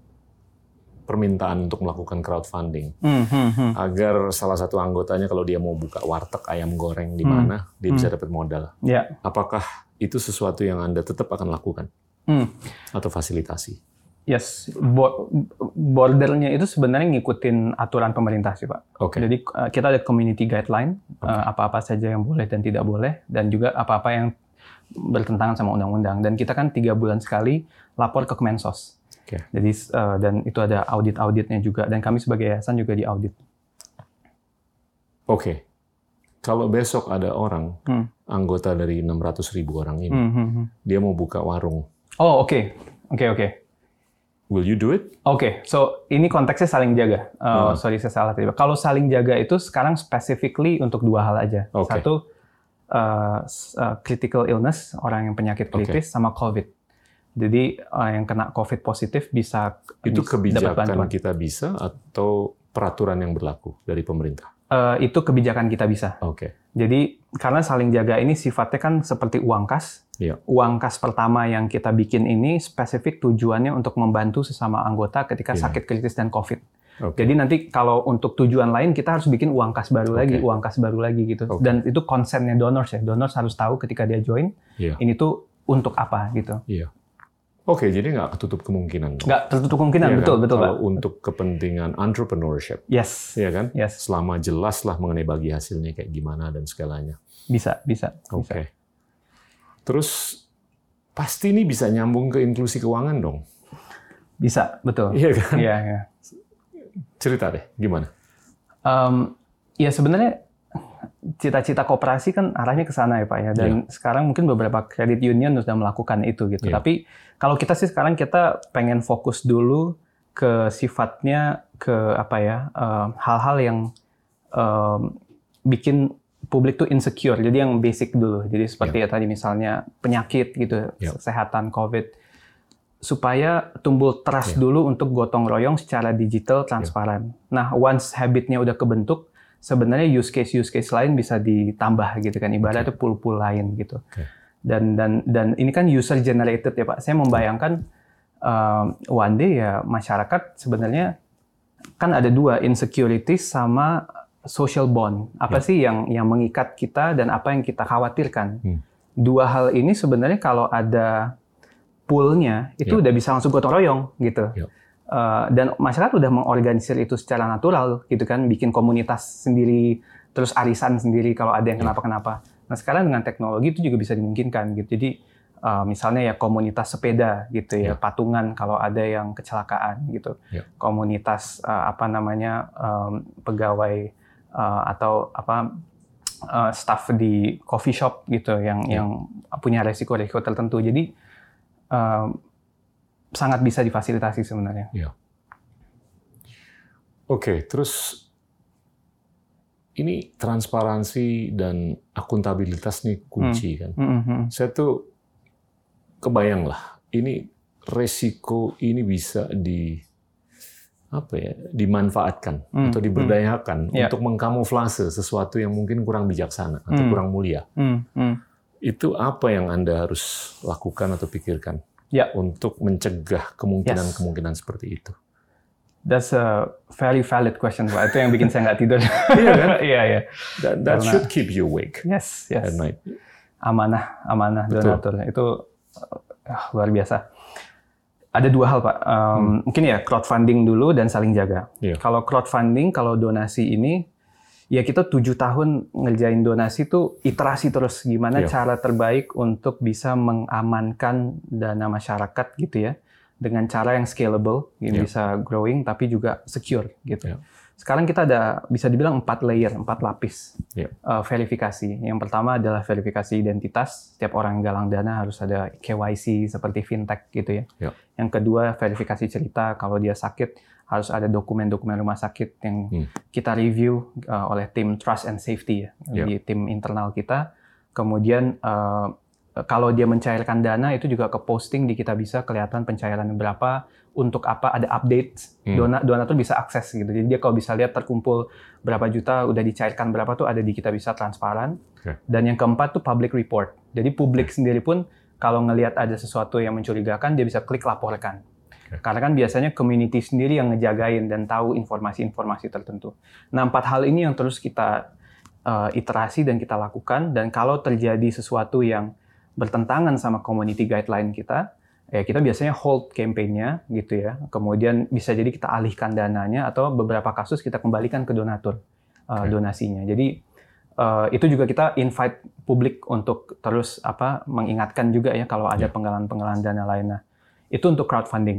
Speaker 2: permintaan untuk melakukan crowdfunding, agar salah satu anggotanya kalau dia mau buka warteg ayam goreng di mana, dia bisa dapat modal. Apakah itu sesuatu yang Anda tetap akan lakukan? Atau fasilitasi?
Speaker 1: Yes, bordernya itu sebenarnya ngikutin aturan pemerintah sih Pak. Jadi kita ada community guideline, apa-apa saja yang boleh dan tidak boleh, dan juga apa-apa yang bertentangan sama undang-undang. Dan kita kan 3 bulan sekali lapor ke Kemensos. Jadi dan itu ada audit-auditnya juga, dan kami sebagai yayasan juga diaudit.
Speaker 2: Kalau besok ada orang anggota dari 600.000 orang ini, dia mau buka warung.
Speaker 1: Oke.
Speaker 2: Will you do it?
Speaker 1: So ini konteksnya saling jaga. Sorry saya salah tadi. Kalau saling jaga itu sekarang specifically untuk 2 hal aja. Satu critical illness, orang yang penyakit kritis, sama COVID. Jadi yang kena COVID positif bisa
Speaker 2: itu kebijakan kita bisa atau peraturan yang berlaku dari pemerintah?
Speaker 1: Itu kebijakan kita bisa. Jadi karena saling jaga ini sifatnya kan seperti uang kas. Uang kas pertama yang kita bikin ini spesifik tujuannya untuk membantu sesama anggota ketika sakit kritis dan COVID. Jadi nanti kalau untuk tujuan lain kita harus bikin uang kas baru lagi gitu. Dan itu konsennya donors ya. Donors harus tahu ketika dia join ini tuh untuk apa gitu.
Speaker 2: Jadi nggak tertutup kemungkinan.
Speaker 1: Nggak tertutup kemungkinan, betul Pak.
Speaker 2: Kalau untuk kepentingan entrepreneurship, iya kan? Selama jelas lah mengenai bagi hasilnya kayak gimana dan segalanya.
Speaker 1: Bisa.
Speaker 2: Terus pasti ini bisa nyambung ke inklusi keuangan dong?
Speaker 1: Bisa, betul.
Speaker 2: Iya kan?
Speaker 1: Iya.
Speaker 2: Cerita deh, gimana?
Speaker 1: Ya sebenarnya cita-cita koperasi kan arahnya ke sana ya Pak ya. Dan sekarang mungkin beberapa credit union sudah melakukan itu gitu. Tapi kalau kita sih sekarang kita pengen fokus dulu ke sifatnya ke hal-hal yang bikin publik tuh insecure. Jadi yang basic dulu. Jadi seperti tadi misalnya penyakit gitu, kesehatan COVID. supaya tumbuh trust dulu untuk gotong royong secara digital transparan. Nah, once habitnya udah kebentuk, sebenarnya use case lain bisa ditambah gitu kan, ibaratnya pool lain gitu. Dan ini kan user generated ya Pak. Saya membayangkan one day ya masyarakat sebenarnya kan ada dua, insecurity sama social bond. Apa sih yang mengikat kita dan apa yang kita khawatirkan? Dua hal ini sebenarnya kalau ada poolnya itu udah bisa langsung gotong royong gitu. Dan masyarakat udah mengorganisir itu secara natural gitu kan, bikin komunitas sendiri, terus arisan sendiri kalau ada yang kenapa-kenapa. Nah sekarang dengan teknologi itu juga bisa dimungkinkan gitu. Jadi misalnya ya komunitas sepeda gitu ya, patungan kalau ada yang kecelakaan gitu. Komunitas pegawai atau staff di coffee shop gitu yang punya resiko-resiko tertentu. Jadi sangat bisa difasilitasi sebenarnya.
Speaker 2: Oke, terus ini transparansi dan akuntabilitas nih kunci kan. Saya tuh kebayang lah, ini resiko ini bisa dimanfaatkan atau diberdayakan untuk mengkamuflase sesuatu yang mungkin kurang bijaksana atau kurang mulia. Itu apa yang Anda harus lakukan atau pikirkan untuk mencegah kemungkinan seperti itu?
Speaker 1: That's a very valid question, Pak. Itu yang bikin saya nggak tidur.
Speaker 2: Iya kan?
Speaker 1: Iya.
Speaker 2: That should keep you awake.
Speaker 1: Yes.
Speaker 2: At night.
Speaker 1: Amanah donatur. Itu luar biasa. Ada dua hal, Pak. Mungkin ya crowdfunding dulu dan saling jaga. Kalau crowdfunding, kalau donasi ini, ya kita 7 tahun ngerjain donasi itu iterasi terus. Gimana cara terbaik untuk bisa mengamankan dana masyarakat gitu ya. Dengan cara yang scalable, yang bisa growing, tapi juga secure gitu. Sekarang kita ada, bisa dibilang 4 lapis verifikasi. Yang pertama adalah verifikasi identitas. Setiap orang yang galang dana harus ada KYC seperti fintech gitu ya. Yang kedua, verifikasi cerita. Kalau dia sakit, harus ada dokumen-dokumen rumah sakit yang kita review oleh tim Trust and Safety di tim internal kita. Kemudian kalau dia mencairkan dana itu juga ke posting di Kitabisa, kelihatan pencairan berapa, untuk apa, ada update, donatur bisa akses gitu. Jadi dia kalau bisa lihat terkumpul berapa juta, udah dicairkan berapa tuh ada di Kitabisa transparan. Dan yang keempat tuh public report. Jadi publik sendiri pun kalau ngelihat ada sesuatu yang mencurigakan, dia bisa klik laporkan. Karena kan biasanya community sendiri yang ngejagain dan tahu informasi-informasi tertentu. Nah 4 hal ini yang terus kita iterasi dan kita lakukan, dan kalau terjadi sesuatu yang bertentangan sama community guideline kita, ya kita biasanya hold campaign-nya gitu ya. Kemudian bisa jadi kita alihkan dananya atau beberapa kasus kita kembalikan ke donatur donasinya. Jadi itu juga kita invite publik untuk terus mengingatkan juga ya kalau ada penggalangan dana lain. Nah, itu untuk crowdfunding.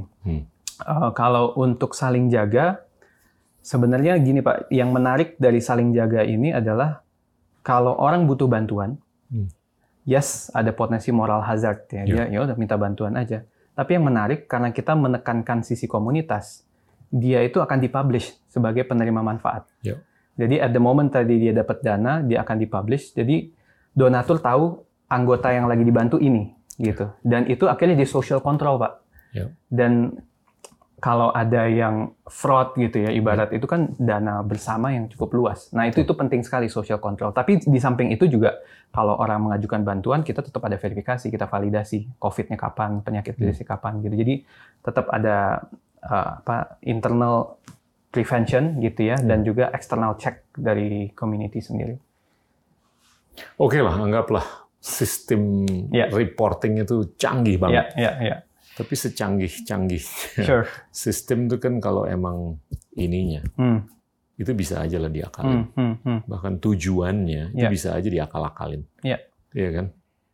Speaker 1: Kalau untuk saling jaga, sebenarnya gini Pak, yang menarik dari saling jaga ini adalah kalau orang butuh bantuan, yes, ada potensi moral hazard ya. Dia udah minta bantuan aja. Tapi yang menarik karena kita menekankan sisi komunitas, dia itu akan dipublish sebagai penerima manfaat. Jadi at the moment tadi dia dapat dana, dia akan dipublish. Jadi donatur tahu anggota yang lagi dibantu ini gitu. Dan itu akhirnya di social control, Pak. Dan kalau ada yang fraud gitu ya, ibarat itu kan dana bersama yang cukup luas. Nah itu penting sekali social control. Tapi di samping itu juga kalau orang mengajukan bantuan, kita tetap ada verifikasi, kita validasi COVID-nya kapan, penyakit virusnya kapan gitu. Jadi tetap ada internal prevention gitu ya, dan juga external check dari community sendiri.
Speaker 2: Oke lah, anggaplah sistem reporting itu canggih banget. Tapi secanggih-canggih sistem itu kan kalau emang ininya, itu bisa aja lah diakalin. Bahkan tujuannya itu bisa aja diakal-akalin. Iya kan?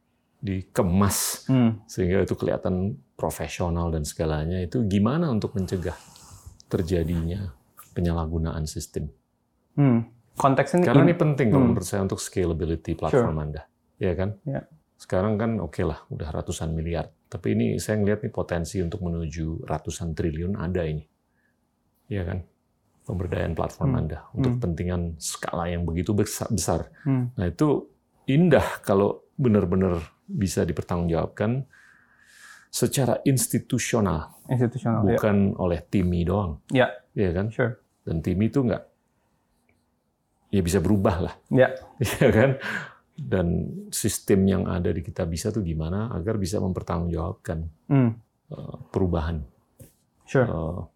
Speaker 2: Dikemas sehingga itu kelihatan profesional dan segalanya. Itu gimana untuk mencegah terjadinya penyalahgunaan sistem?
Speaker 1: Konteksnya
Speaker 2: karena ini penting kalau menurut saya untuk scalability platform Anda. Iya kan? Sekarang kan oke lah, udah ratusan miliar. Tapi ini saya ngelihat nih potensi untuk menuju ratusan triliun ada ini. Iya kan? Pemberdayaan platform Anda untuk kepentingan skala yang begitu besar. Nah itu indah kalau benar-benar bisa dipertanggungjawabkan secara institusional, bukan oleh TIMI doang.
Speaker 1: Ya,
Speaker 2: Iya kan?
Speaker 1: sure.
Speaker 2: Dan TIMI itu nggak, ya bisa berubah lah.
Speaker 1: Ya.
Speaker 2: Iya kan? Dan sistem yang ada di Kitabisa tuh gimana agar bisa mempertanggungjawabkan perubahan.
Speaker 1: Sure.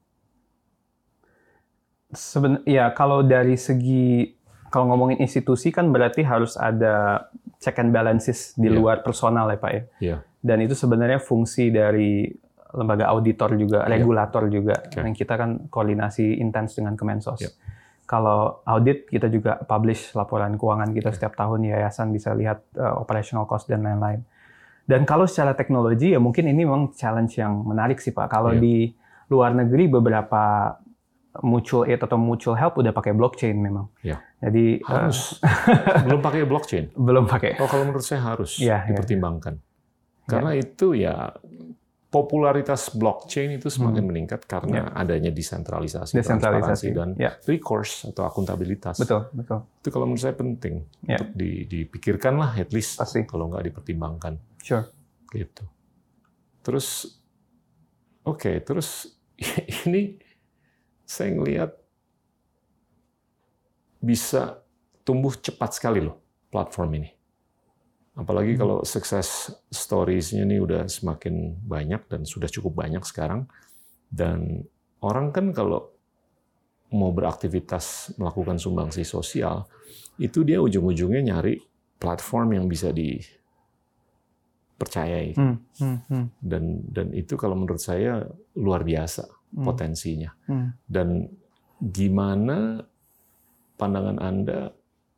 Speaker 1: Ya, kalau dari segi, kalau ngomongin institusi kan berarti harus ada check and balances di luar personal ya Pak ya.
Speaker 2: Yeah.
Speaker 1: Dan itu sebenarnya fungsi dari lembaga auditor juga, regulator juga. Dan kita kan koordinasi intens dengan Kemensos. Kalau audit, kita juga publish laporan keuangan kita setiap tahun, yayasan bisa lihat operational cost dan lain-lain. Dan kalau secara teknologi, ya mungkin ini memang challenge yang menarik sih Pak. Kalau di luar negeri, beberapa mutual aid atau mutual help udah pakai blockchain memang.
Speaker 2: Ya.
Speaker 1: Jadi
Speaker 2: harus. Belum pakai blockchain?
Speaker 1: Belum pakai.
Speaker 2: Oh, kalau menurut saya harus dipertimbangkan. Karena itu ya popularitas blockchain itu semakin meningkat karena adanya desentralisasi, transparansi dan recourse atau akuntabilitas.
Speaker 1: Betul.
Speaker 2: Itu kalau menurut saya penting untuk dipikirkan lah, at least kalau nggak dipertimbangkan.
Speaker 1: Sure.
Speaker 2: Gitu. Terus, terus ini saya ngelihat bisa tumbuh cepat sekali loh platform ini. Apalagi kalau success stories-nya ini udah semakin banyak dan sudah cukup banyak sekarang. Dan orang kan kalau mau beraktivitas melakukan sumbangsi sosial, itu dia ujung-ujungnya nyari platform yang bisa dipercayai. Dan itu kalau menurut saya luar biasa potensinya. Dan gimana pandangan Anda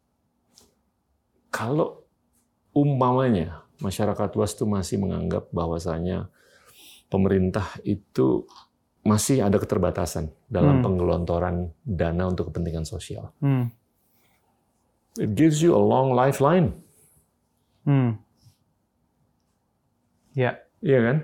Speaker 2: kalau umpamanya masyarakat luas itu masih menganggap bahwasanya pemerintah itu masih ada keterbatasan dalam penggelontoran dana untuk kepentingan sosial. It gives you a long lifeline.
Speaker 1: Ya.
Speaker 2: Iya kan?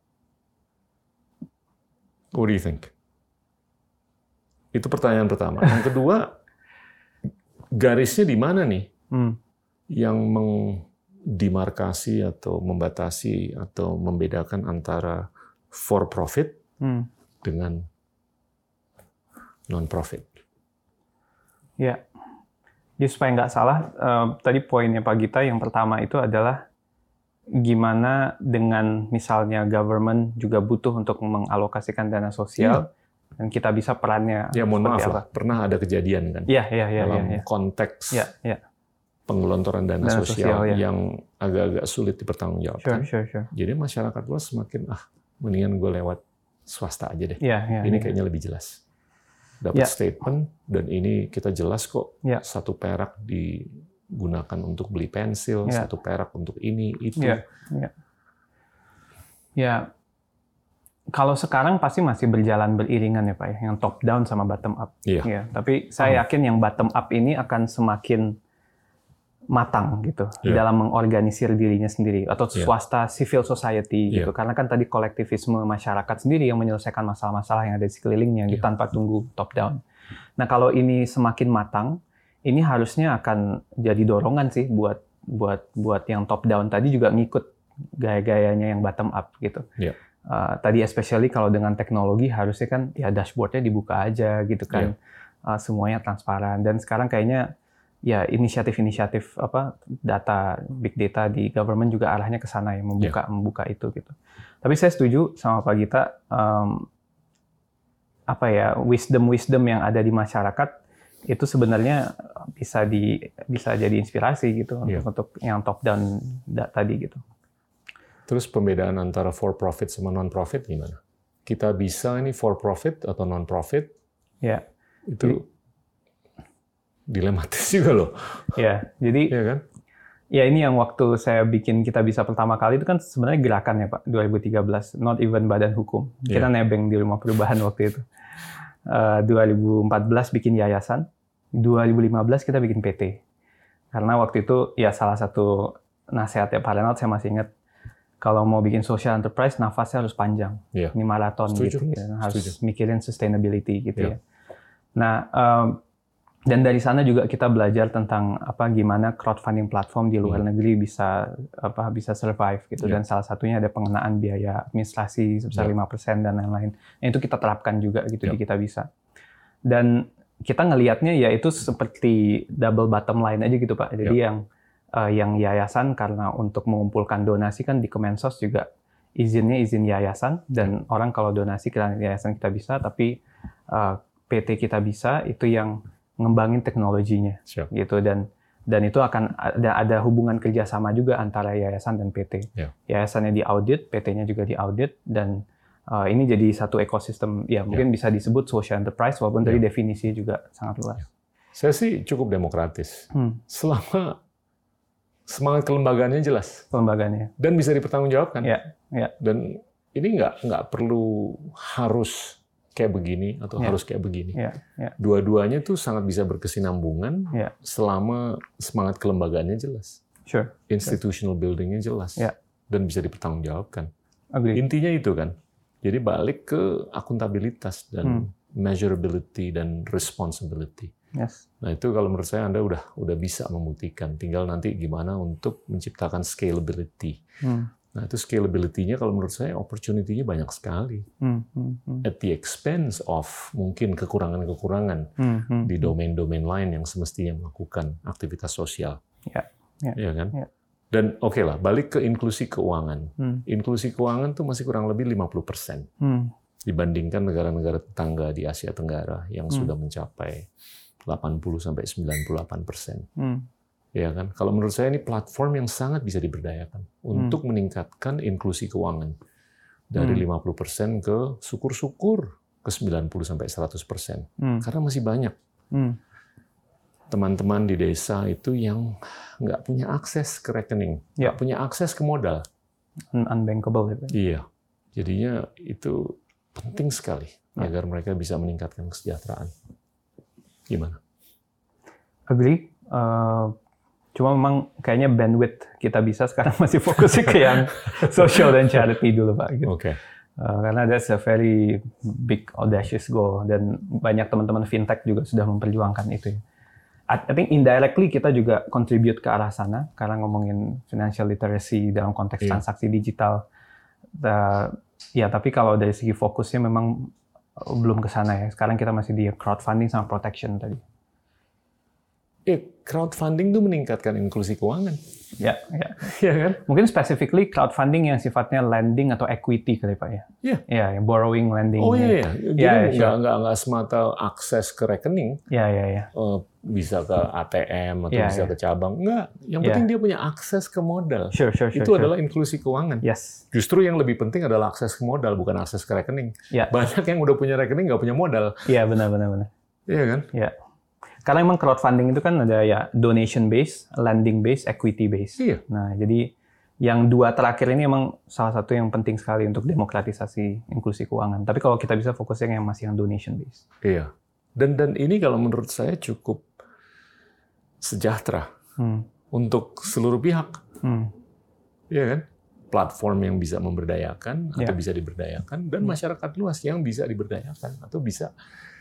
Speaker 2: What do you think? Itu pertanyaan pertama. Yang kedua, garisnya di mana nih? Yang mendemarkasi atau membatasi atau membedakan antara for profit dengan non profit.
Speaker 1: Ya, jadi supaya nggak salah, tadi poinnya Pak Gita yang pertama itu adalah gimana dengan misalnya government juga butuh untuk mengalokasikan dana sosial dan kita bisa perannya.
Speaker 2: Ya mohon maaf lah, pernah ada kejadian kan? Dalam konteks penggelontoran dana sosial yang agak-agak sulit dipertanggungjawabkan.
Speaker 1: Sure.
Speaker 2: Jadi masyarakat luas semakin mendingan gue lewat swasta aja deh. Ini kayaknya lebih jelas. Dapat statement dan ini kita jelas kok. 1 perak digunakan untuk beli pensil, 1 perak untuk ini itu.
Speaker 1: Ya. Kalau sekarang pasti masih berjalan beriringan ya Pak ya, yang top down sama bottom up. Tapi saya yakin yang bottom up ini akan semakin matang gitu dalam mengorganisir dirinya sendiri atau swasta civil society gitu, karena kan tadi kolektivisme masyarakat sendiri yang menyelesaikan masalah-masalah yang ada di sekelilingnya gitu, tanpa tunggu top down. Nah kalau ini semakin matang, ini harusnya akan jadi dorongan sih buat yang top down tadi juga ngikut gaya-gayanya yang bottom up gitu. Tadi especially kalau dengan teknologi harusnya kan ya dashboardnya dibuka aja gitu kan, semuanya transparan. Dan sekarang kayaknya ya inisiatif-inisiatif data big data di government juga arahnya ke sana ya, membuka itu gitu. Tapi saya setuju sama Pak Gita, wisdom yang ada di masyarakat itu sebenarnya bisa jadi inspirasi gitu untuk yang top down tadi gitu.
Speaker 2: Terus pembedaan antara for profit sama non profit gimana? Kita bisa ini for profit atau non profit? Itu dilematis juga loh.
Speaker 1: Jadi
Speaker 2: kan?
Speaker 1: Ya ini yang waktu saya bikin Kitabisa pertama kali itu kan sebenarnya gerakan ya Pak, 2013, not even badan hukum. Kita nebeng di Rumah Perubahan waktu itu. 2014 bikin yayasan, 2015 kita bikin PT. Karena waktu itu ya salah satu nasihatnya Pak Renald saya masih ingat, kalau mau bikin social enterprise nafasnya harus panjang. Ini maraton gitu ya, harus mikirin sustainability gitu ya. Nah, Dan dari sana juga kita belajar tentang gimana crowdfunding platform di luar negeri bisa survive gitu. Dan salah satunya ada pengenaan biaya administrasi sebesar 5% dan lain-lain. Nah, itu kita terapkan juga gitu di Kitabisa. Dan kita ngelihatnya ya itu seperti double bottom line aja gitu Pak. Jadi yang yayasan karena untuk mengumpulkan donasi kan di Kemensos juga izinnya izin yayasan, dan orang kalau donasi ke yayasan Kitabisa, tapi PT Kitabisa itu yang ngembangin teknologinya gitu, dan itu akan ada hubungan kerjasama juga antara yayasan dan PT. Yayasannya diaudit, PT-nya juga diaudit, dan ini jadi satu ekosistem mungkin bisa disebut social enterprise walaupun tadi definisinya juga sangat luas.
Speaker 2: Saya sih cukup demokratis. Selama semangat kelembagaannya jelas.
Speaker 1: Kelembagaannya.
Speaker 2: Dan bisa dipertanggungjawabkan. Dan ini nggak perlu harus kayak begini atau harus kayak begini. Dua-duanya tuh sangat bisa berkesinambungan selama semangat kelembagaannya jelas. Institutional building-nya jelas. Dan bisa dipertanggungjawabkan. Intinya itu kan. Jadi balik ke akuntabilitas dan measurability dan responsibility. Nah itu kalau menurut saya Anda udah bisa membuktikan. Tinggal nanti gimana untuk menciptakan scalability. Nah itu scalability-nya kalau menurut saya opportunity-nya banyak sekali. At the expense of mungkin kekurangan-kekurangan di domain-domain lain yang semestinya melakukan aktivitas sosial. Ya kan? Dan oke lah, balik ke inklusi keuangan. Inklusi keuangan tuh masih kurang lebih 50% dibandingkan negara-negara tetangga di Asia Tenggara yang sudah mencapai 80-98%. Ya kan? Kalau menurut saya ini platform yang sangat bisa diberdayakan untuk meningkatkan inklusi keuangan dari 50% ke syukur-syukur ke 90-100%. Karena masih banyak teman-teman di desa itu yang nggak punya akses ke rekening, nggak punya akses ke modal.
Speaker 1: Unbankable.
Speaker 2: Iya. Jadinya itu penting sekali agar mereka bisa meningkatkan kesejahteraan. Gimana?
Speaker 1: Agree. Cuma memang kayaknya bandwidth Kitabisa sekarang masih fokusnya ke yang social dan charity dulu Pak. Gitu. Karena that's a very big audacious goal, dan banyak teman-teman fintech juga sudah memperjuangkan itu. I think indirectly kita juga contribute ke arah sana karena ngomongin financial literacy dalam konteks transaksi digital. Tapi kalau dari segi fokusnya memang belum ke sana ya. Sekarang kita masih di crowdfunding sama protection tadi.
Speaker 2: Crowdfunding itu meningkatkan inklusi keuangan.
Speaker 1: Ya
Speaker 2: kan?
Speaker 1: Mungkin specifically crowdfunding yang sifatnya lending atau equity kali Pak ya. Iya, borrowing, lending.
Speaker 2: Jadi nggak semata akses ke rekening. Bisa ke ATM atau bisa ke cabang. Enggak. Yang penting dia punya akses ke modal. Itu adalah inklusi keuangan. Justru yang lebih penting adalah akses ke modal, bukan akses ke rekening. Banyak yang udah punya rekening nggak punya modal.
Speaker 1: Iya, benar.
Speaker 2: Iya kan?
Speaker 1: Iya. Karena memang crowdfunding itu kan ada donation based, lending based, equity based. Nah, jadi yang dua terakhir ini emang salah satu yang penting sekali untuk demokratisasi inklusi keuangan. Tapi kalau kita bisa fokusnya yang masih yang donation based.
Speaker 2: Iya. Dan ini kalau menurut saya cukup sejahtera untuk seluruh pihak. Iya kan? Platform yang bisa memberdayakan atau bisa diberdayakan, dan masyarakat luas yang bisa diberdayakan atau bisa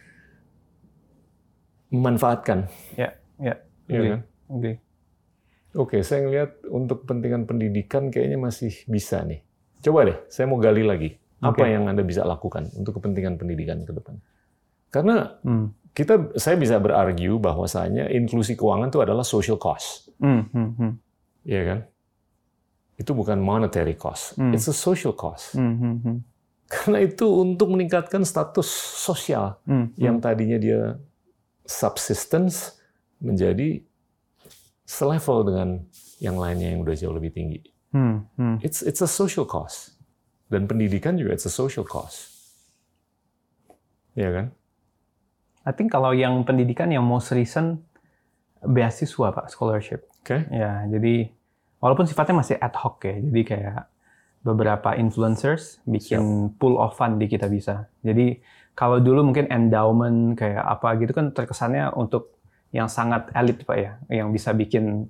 Speaker 2: memanfaatkan.
Speaker 1: Ya.
Speaker 2: Kan? Oke, saya ngelihat untuk kepentingan pendidikan kayaknya masih bisa nih. Coba deh, saya mau gali lagi. Apa yang Anda bisa lakukan untuk kepentingan pendidikan ke depan? Karena saya bisa berargue bahwasanya inklusi keuangan itu adalah social cost. Iya kan? Itu bukan monetary cost. It's a social cost. Karena itu untuk meningkatkan status sosial yang tadinya dia subsistence menjadi selevel dengan yang lainnya yang udah jauh lebih tinggi. It's a social cost. Dan pendidikan juga it's a social cost. Iya kan?
Speaker 1: I think kalau yang pendidikan yang most recent beasiswa Pak, scholarship. Ya, jadi walaupun sifatnya masih ad hoc ya. Jadi kayak beberapa influencers bikin pool of fund di Kitabisa. Jadi kalau dulu mungkin endowment kayak apa gitu kan terkesannya untuk yang sangat elit Pak ya, yang bisa bikin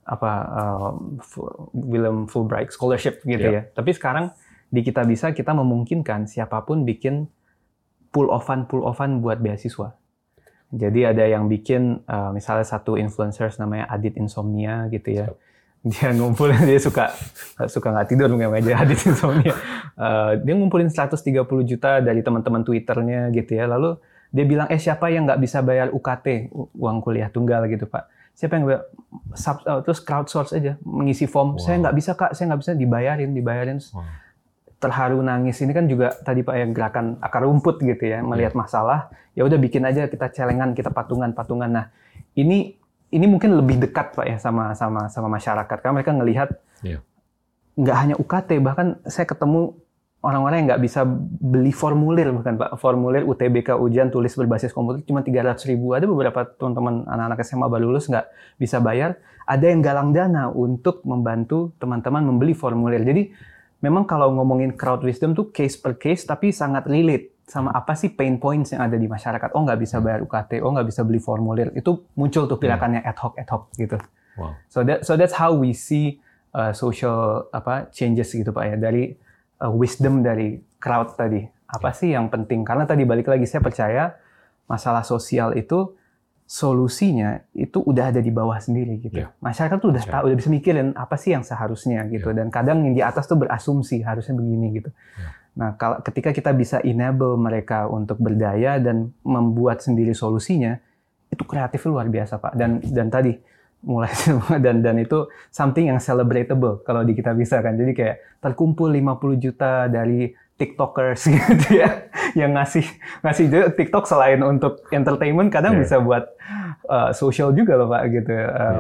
Speaker 1: William Fulbright scholarship gitu ya. Tapi sekarang di Kitabisa kita memungkinkan siapapun bikin pool of fund buat beasiswa. Jadi ada yang bikin misalnya satu influencer namanya Adit Insomnia gitu ya. Dia ngumpulin, dia suka nggak tidur namanya Adit Insomnia. Dia ngumpulin 130 juta dari teman-teman Twitternya gitu ya. Lalu dia bilang, siapa yang nggak bisa bayar UKT, uang kuliah tunggal gitu Pak? Siapa yang terus crowdsource aja, mengisi form. Wow. Saya nggak bisa Kak, saya nggak bisa, dibayarin. Wow. Terharu nangis. Ini kan juga tadi Pak yang gerakan akar rumput gitu ya, melihat masalah, ya udah bikin aja, kita celengan, kita patungan. Nah, ini mungkin lebih dekat Pak ya sama masyarakat, karena mereka ngelihat nggak hanya UKT, bahkan saya ketemu orang-orang yang nggak bisa beli formulir, bahkan Pak, formulir UTBK ujian tulis berbasis komputer cuma 300.000. Ada beberapa teman-teman anak-anak SMA baru lulus nggak bisa bayar. Ada yang galang dana untuk membantu teman-teman membeli formulir. Jadi memang kalau ngomongin crowd wisdom tuh case per case, tapi sangat relate sama apa sih pain points yang ada di masyarakat. Oh nggak bisa bayar UKT, oh nggak bisa beli formulir. Itu muncul tuh gerakannya ad hoc gitu. Wow. So that's how we see social changes gitu Pak ya, dari wisdom dari crowd tadi. Apa sih yang penting? Karena tadi balik lagi, saya percaya masalah sosial itu solusinya itu udah ada di bawah sendiri gitu. Masyarakat tuh udah bisa mikirin apa sih yang seharusnya gitu. Dan kadang yang di atas tuh berasumsi harusnya begini gitu. Nah, ketika kita bisa enable mereka untuk berdaya dan membuat sendiri solusinya, itu kreatif luar biasa Pak. Dan tadi mulai dan itu something yang celebratable kalau di kita bisa kan. Jadi kayak terkumpul 50 juta dari TikTokers gitu ya, yang ngasih TikTok selain untuk entertainment kadang bisa buat social juga loh Pak gitu.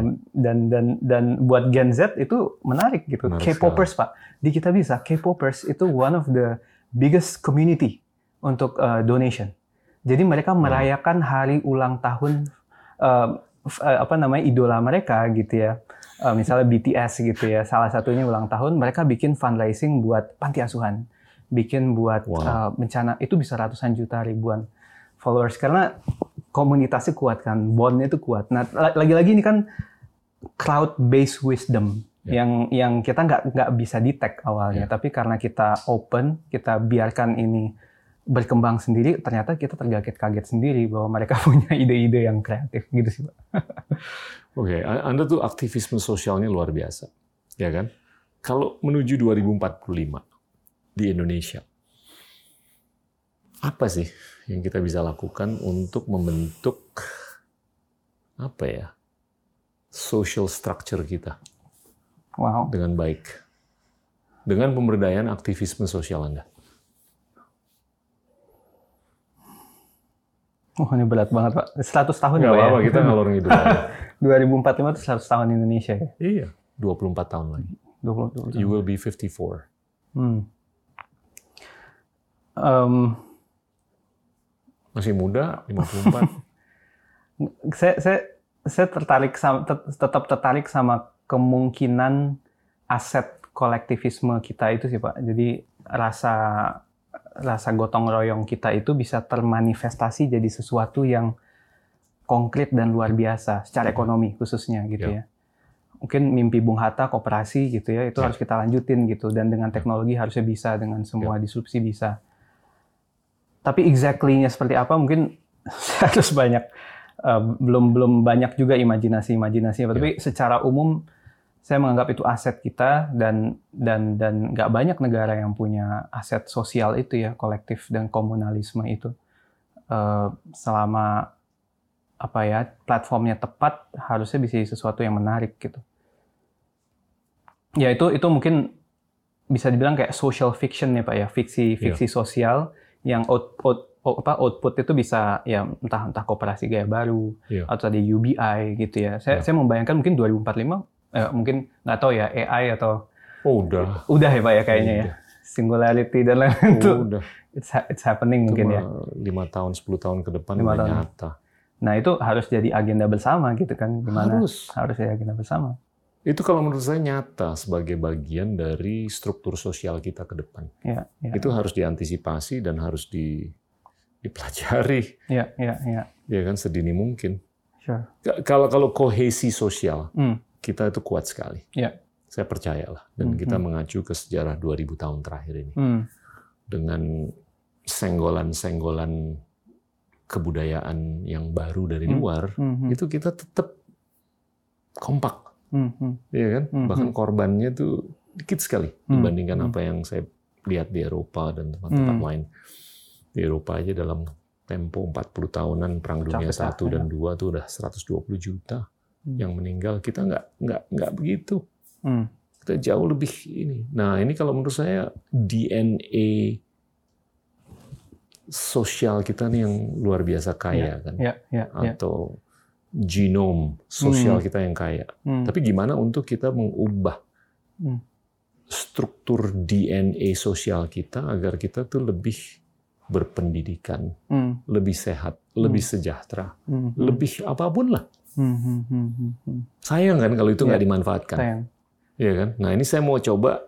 Speaker 1: Dan buat Gen Z itu menarik gitu. K-popers Pak, di kita bisa K-popers itu one of the biggest community untuk donation. Jadi mereka merayakan hari ulang tahun idola mereka gitu ya. Misalnya BTS gitu ya, salah satunya ulang tahun, mereka bikin fundraising buat panti asuhan, bikin buat bencana, itu bisa ratusan juta, ribuan followers karena komunitasnya kuat kan, bondnya itu kuat. Nah, lagi-lagi ini kan crowd based wisdom yang kita nggak bisa detect awalnya, tapi karena kita open, kita biarkan ini berkembang sendiri, ternyata kita terkaget-kaget sendiri bahwa mereka punya ide-ide yang kreatif gitu sih Pak.
Speaker 2: Oke, Anda tuh aktivisme sosialnya luar biasa, ya kan? Kalau menuju 2045 di Indonesia, apa sih yang kita bisa lakukan untuk membentuk social structure kita dengan baik, dengan pemberdayaan aktivisme sosial Anda?
Speaker 1: Oh, ini berat banget Pak. 100 tahun
Speaker 2: ya Pak. Nggak apa-apa, kita ngalor ngidul.
Speaker 1: 2045 itu 100 tahun Indonesia ya?
Speaker 2: Iya, 24 tahun lagi.
Speaker 1: 24
Speaker 2: You will be 54. Masih muda, 54.
Speaker 1: saya tetap tertarik sama kemungkinan aset kolektivisme kita itu sih Pak. Jadi rasa gotong royong kita itu bisa termanifestasi jadi sesuatu yang konkret dan luar biasa secara ekonomi khususnya gitu ya. Mungkin mimpi Bung Hatta koperasi gitu ya, itu harus kita lanjutin gitu, dan dengan teknologi harusnya bisa, dengan semua disrupsi bisa. Tapi exactly-nya seperti apa mungkin harus banyak belum banyak juga imajinasi, tapi secara umum saya menganggap itu aset kita, dan nggak banyak negara yang punya aset sosial itu ya, kolektif dan komunalisme itu. Selama platformnya tepat, harusnya bisa sesuatu yang menarik gitu. Ya itu mungkin bisa dibilang kayak social fiction ya Pak ya, fiksi sosial yang output itu bisa ya entah koperasi gaya baru atau ada UBI gitu ya. Saya membayangkan mungkin 2045 mungkin nggak tahu ya, AI atau udah ya Pak ya kayaknya ya, singularity dan lain-lain itu it's happening itu mungkin ya
Speaker 2: 5 tahun 10 tahun ke depan udah nyata.
Speaker 1: Nah itu harus jadi agenda bersama gitu kan, gimana harus jadi agenda bersama.
Speaker 2: Itu kalau menurut saya nyata sebagai bagian dari struktur sosial kita ke depan. Itu harus diantisipasi dan harus dipelajari. Ya kan, sedini mungkin.
Speaker 1: Sure.
Speaker 2: Kalau kohesi sosial kita itu kuat sekali. Saya percayalah, dan kita mengacu ke sejarah 2000 tahun terakhir ini. Dengan senggolan-senggolan kebudayaan yang baru dari luar, itu kita tetap kompak, ya kan? Bahkan korbannya tuh dikit sekali dibandingkan apa yang saya lihat di Eropa dan tempat-tempat lain. Di Eropa aja dalam tempo 40 tahunan Perang Dunia I dan II tuh udah 120 juta yang meninggal. Kita nggak begitu. Kita jauh lebih ini. Nah, ini kalau menurut saya DNA sosial kita nih yang luar biasa kaya kan. Atau genom sosial kita yang kaya. Tapi gimana untuk kita mengubah struktur DNA sosial kita agar kita tuh lebih berpendidikan, lebih sehat, lebih sejahtera, lebih apapun lah. Sayang kan kalau itu nggak dimanfaatkan. Iya kan? Nah, ini saya mau coba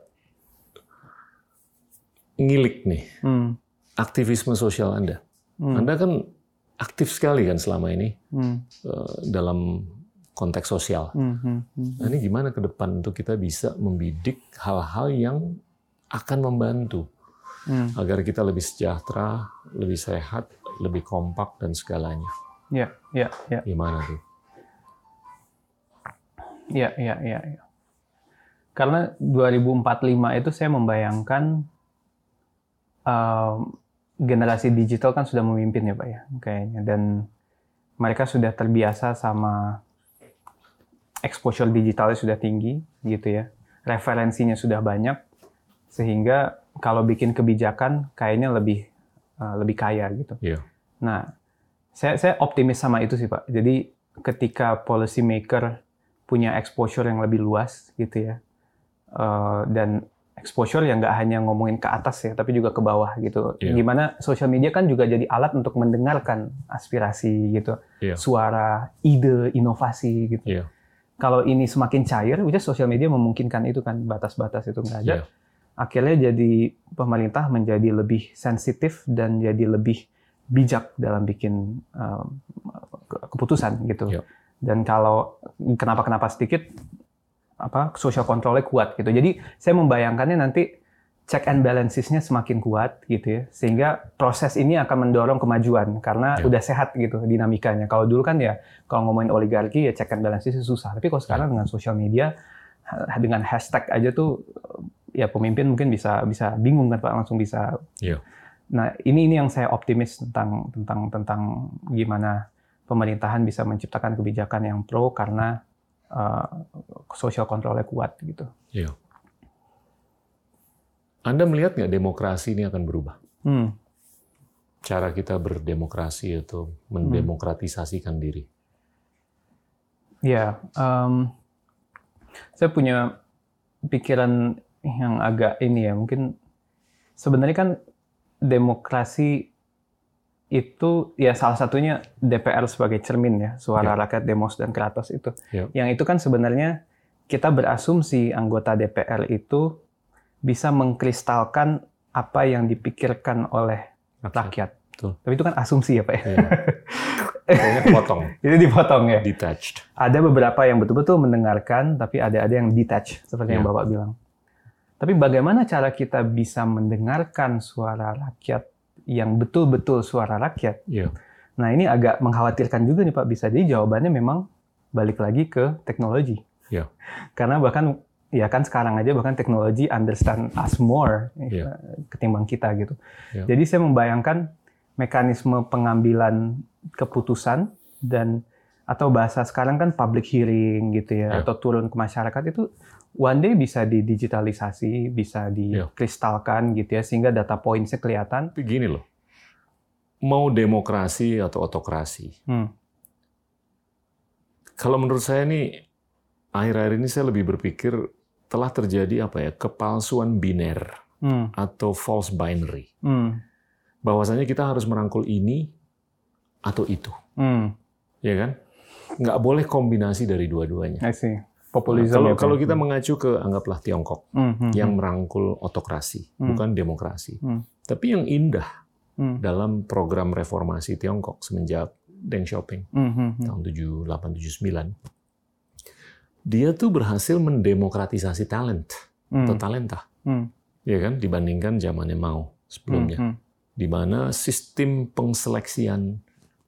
Speaker 2: ngilik nih aktivisme sosial Anda. Anda kan aktif sekali kan selama ini dalam konteks sosial. Nah, ini gimana ke depan untuk kita bisa membidik hal-hal yang akan membantu agar kita lebih sejahtera, lebih sehat, lebih kompak dan segalanya. Gimana tuh?
Speaker 1: Iya. Karena 2045 itu saya membayangkan generasi digital kan sudah memimpin ya Pak ya, kayaknya. Dan mereka sudah terbiasa sama exposure digitalnya sudah tinggi gitu ya. Referensinya sudah banyak, sehingga kalau bikin kebijakan kayaknya lebih kaya gitu. Nah, saya optimis sama itu sih Pak. Jadi ketika policy maker punya exposure yang lebih luas gitu ya, dan exposure yang nggak hanya ngomongin ke atas ya, tapi juga ke bawah gitu. Gimana social media kan juga jadi alat untuk mendengarkan aspirasi gitu, suara, ide, inovasi gitu. Kalau ini semakin cair, udah social media memungkinkan itu kan, batas-batas itu nggak ada. Akhirnya jadi pemerintah menjadi lebih sensitif dan jadi lebih bijak dalam bikin keputusan gitu. Dan kalau kenapa sedikit, social control-nya kuat gitu. Jadi saya membayangkannya nanti check and balances-nya semakin kuat gitu ya, sehingga proses ini akan mendorong kemajuan karena udah sehat gitu dinamikanya. Kalau dulu kan ya kalau ngomongin oligarki ya check and balances-nya susah. Tapi kalau sekarang dengan social media, dengan hashtag aja tuh ya pemimpin mungkin bisa bingung kan Pak, langsung bisa. Nah ini yang saya optimis tentang gimana pemerintahan bisa menciptakan kebijakan yang pro karena social control-nya kuat gitu.
Speaker 2: Anda melihat nggak demokrasi ini akan berubah? Cara kita berdemokrasi atau mendemokratisasikan diri?
Speaker 1: Saya punya pikiran yang agak ini ya, mungkin sebenarnya kan demokrasi itu ya salah satunya DPR sebagai cermin ya, suara rakyat, demos dan Kratos itu. Yang itu kan sebenarnya kita berasumsi anggota DPR itu bisa mengkristalkan apa yang dipikirkan oleh rakyat. Tapi itu kan asumsi ya Pak ya.
Speaker 2: Kayaknya dipotong.
Speaker 1: Itu dipotong ya.
Speaker 2: Detached.
Speaker 1: Ada beberapa yang betul-betul mendengarkan, tapi ada yang detached seperti yang Bapak bilang. Tapi bagaimana cara kita bisa mendengarkan suara rakyat yang betul-betul suara rakyat? Nah ini agak mengkhawatirkan juga nih Pak. Bisa jadi jawabannya memang balik lagi ke teknologi. Karena bahkan ya kan sekarang aja bahkan teknologi understand us more ketimbang kita gitu. Jadi saya membayangkan mekanisme pengambilan keputusan dan atau bahasa sekarang kan public hearing gitu ya, atau turun ke masyarakat itu one day bisa didigitalisasi, bisa dikristalkan gitu ya, sehingga data points-nya kelihatan.
Speaker 2: Tapi gini loh, mau demokrasi atau otokrasi, kalau menurut saya nih akhir-akhir ini saya lebih berpikir telah terjadi kepalsuan biner atau false binary. Bahwasanya kita harus merangkul ini atau itu. Ya kan? Nggak boleh kombinasi dari dua-duanya.
Speaker 1: I see. Populisme.
Speaker 2: Kalau kita mengacu ke anggaplah Tiongkok yang merangkul otokrasi, bukan demokrasi. Tapi yang indah dalam program reformasi Tiongkok semenjak Deng Xiaoping tahun 78-79, dia tuh berhasil mendemokratisasi talent atau talenta, ya kan, dibandingkan zamannya Mao sebelumnya, di mana sistem pengseleksian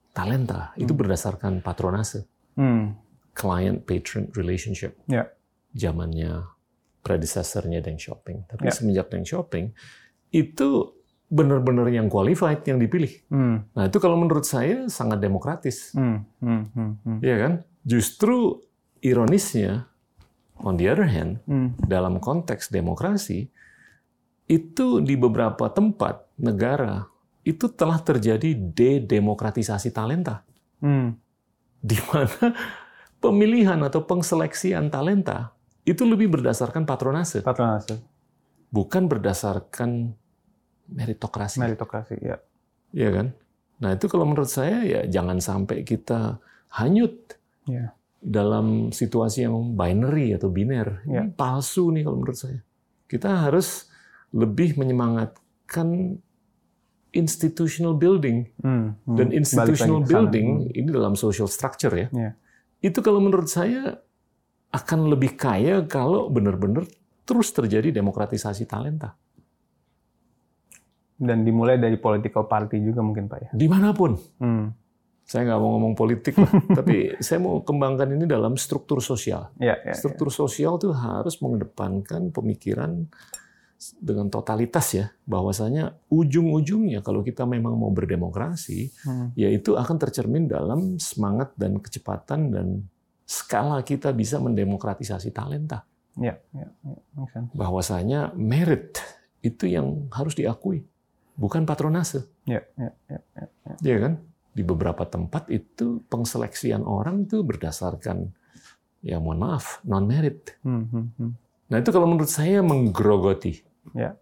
Speaker 2: talenta itu berdasarkan patronase, client-patron relationship.
Speaker 1: Ya.
Speaker 2: Zamannya predecessor-nya Deng Xiaoping. Tapi semenjak Deng Xiaoping, itu benar-benar yang qualified yang dipilih. Nah itu kalau menurut saya sangat demokratis. Iya kan? Justru ironisnya, on the other hand, dalam konteks demokrasi, itu di beberapa tempat negara itu telah terjadi dedemokratisasi talenta, di mana pemilihan atau pengseleksian talenta itu lebih berdasarkan patronase, bukan berdasarkan meritokrasi.
Speaker 1: Ya.
Speaker 2: Iya kan? Nah itu kalau menurut saya ya jangan sampai kita hanyut dalam situasi yang binary atau biner. Ini palsu nih kalau menurut saya. Kita harus lebih menyemangatkan institutional building. Dan institutional building ini dalam social structure ya. Itu kalau menurut saya akan lebih kaya kalau benar-benar terus terjadi demokratisasi talenta.
Speaker 1: Dan dimulai dari political party juga mungkin Pak ya?
Speaker 2: Dimanapun. Saya nggak mau ngomong politik lah, tapi saya mau kembangkan ini dalam struktur sosial. Struktur sosial itu harus mengedepankan pemikiran dengan totalitas ya, bahwasanya ujung-ujungnya kalau kita memang mau berdemokrasi, yaitu akan tercermin dalam semangat dan kecepatan dan skala kita bisa mendemokratisasi talenta. Bahwasanya merit itu yang harus diakui, bukan patronase. Iya kan? Di beberapa tempat itu pengseleksian orang itu berdasarkan, ya mohon maaf, non-merit. Nah itu kalau menurut saya menggerogoti.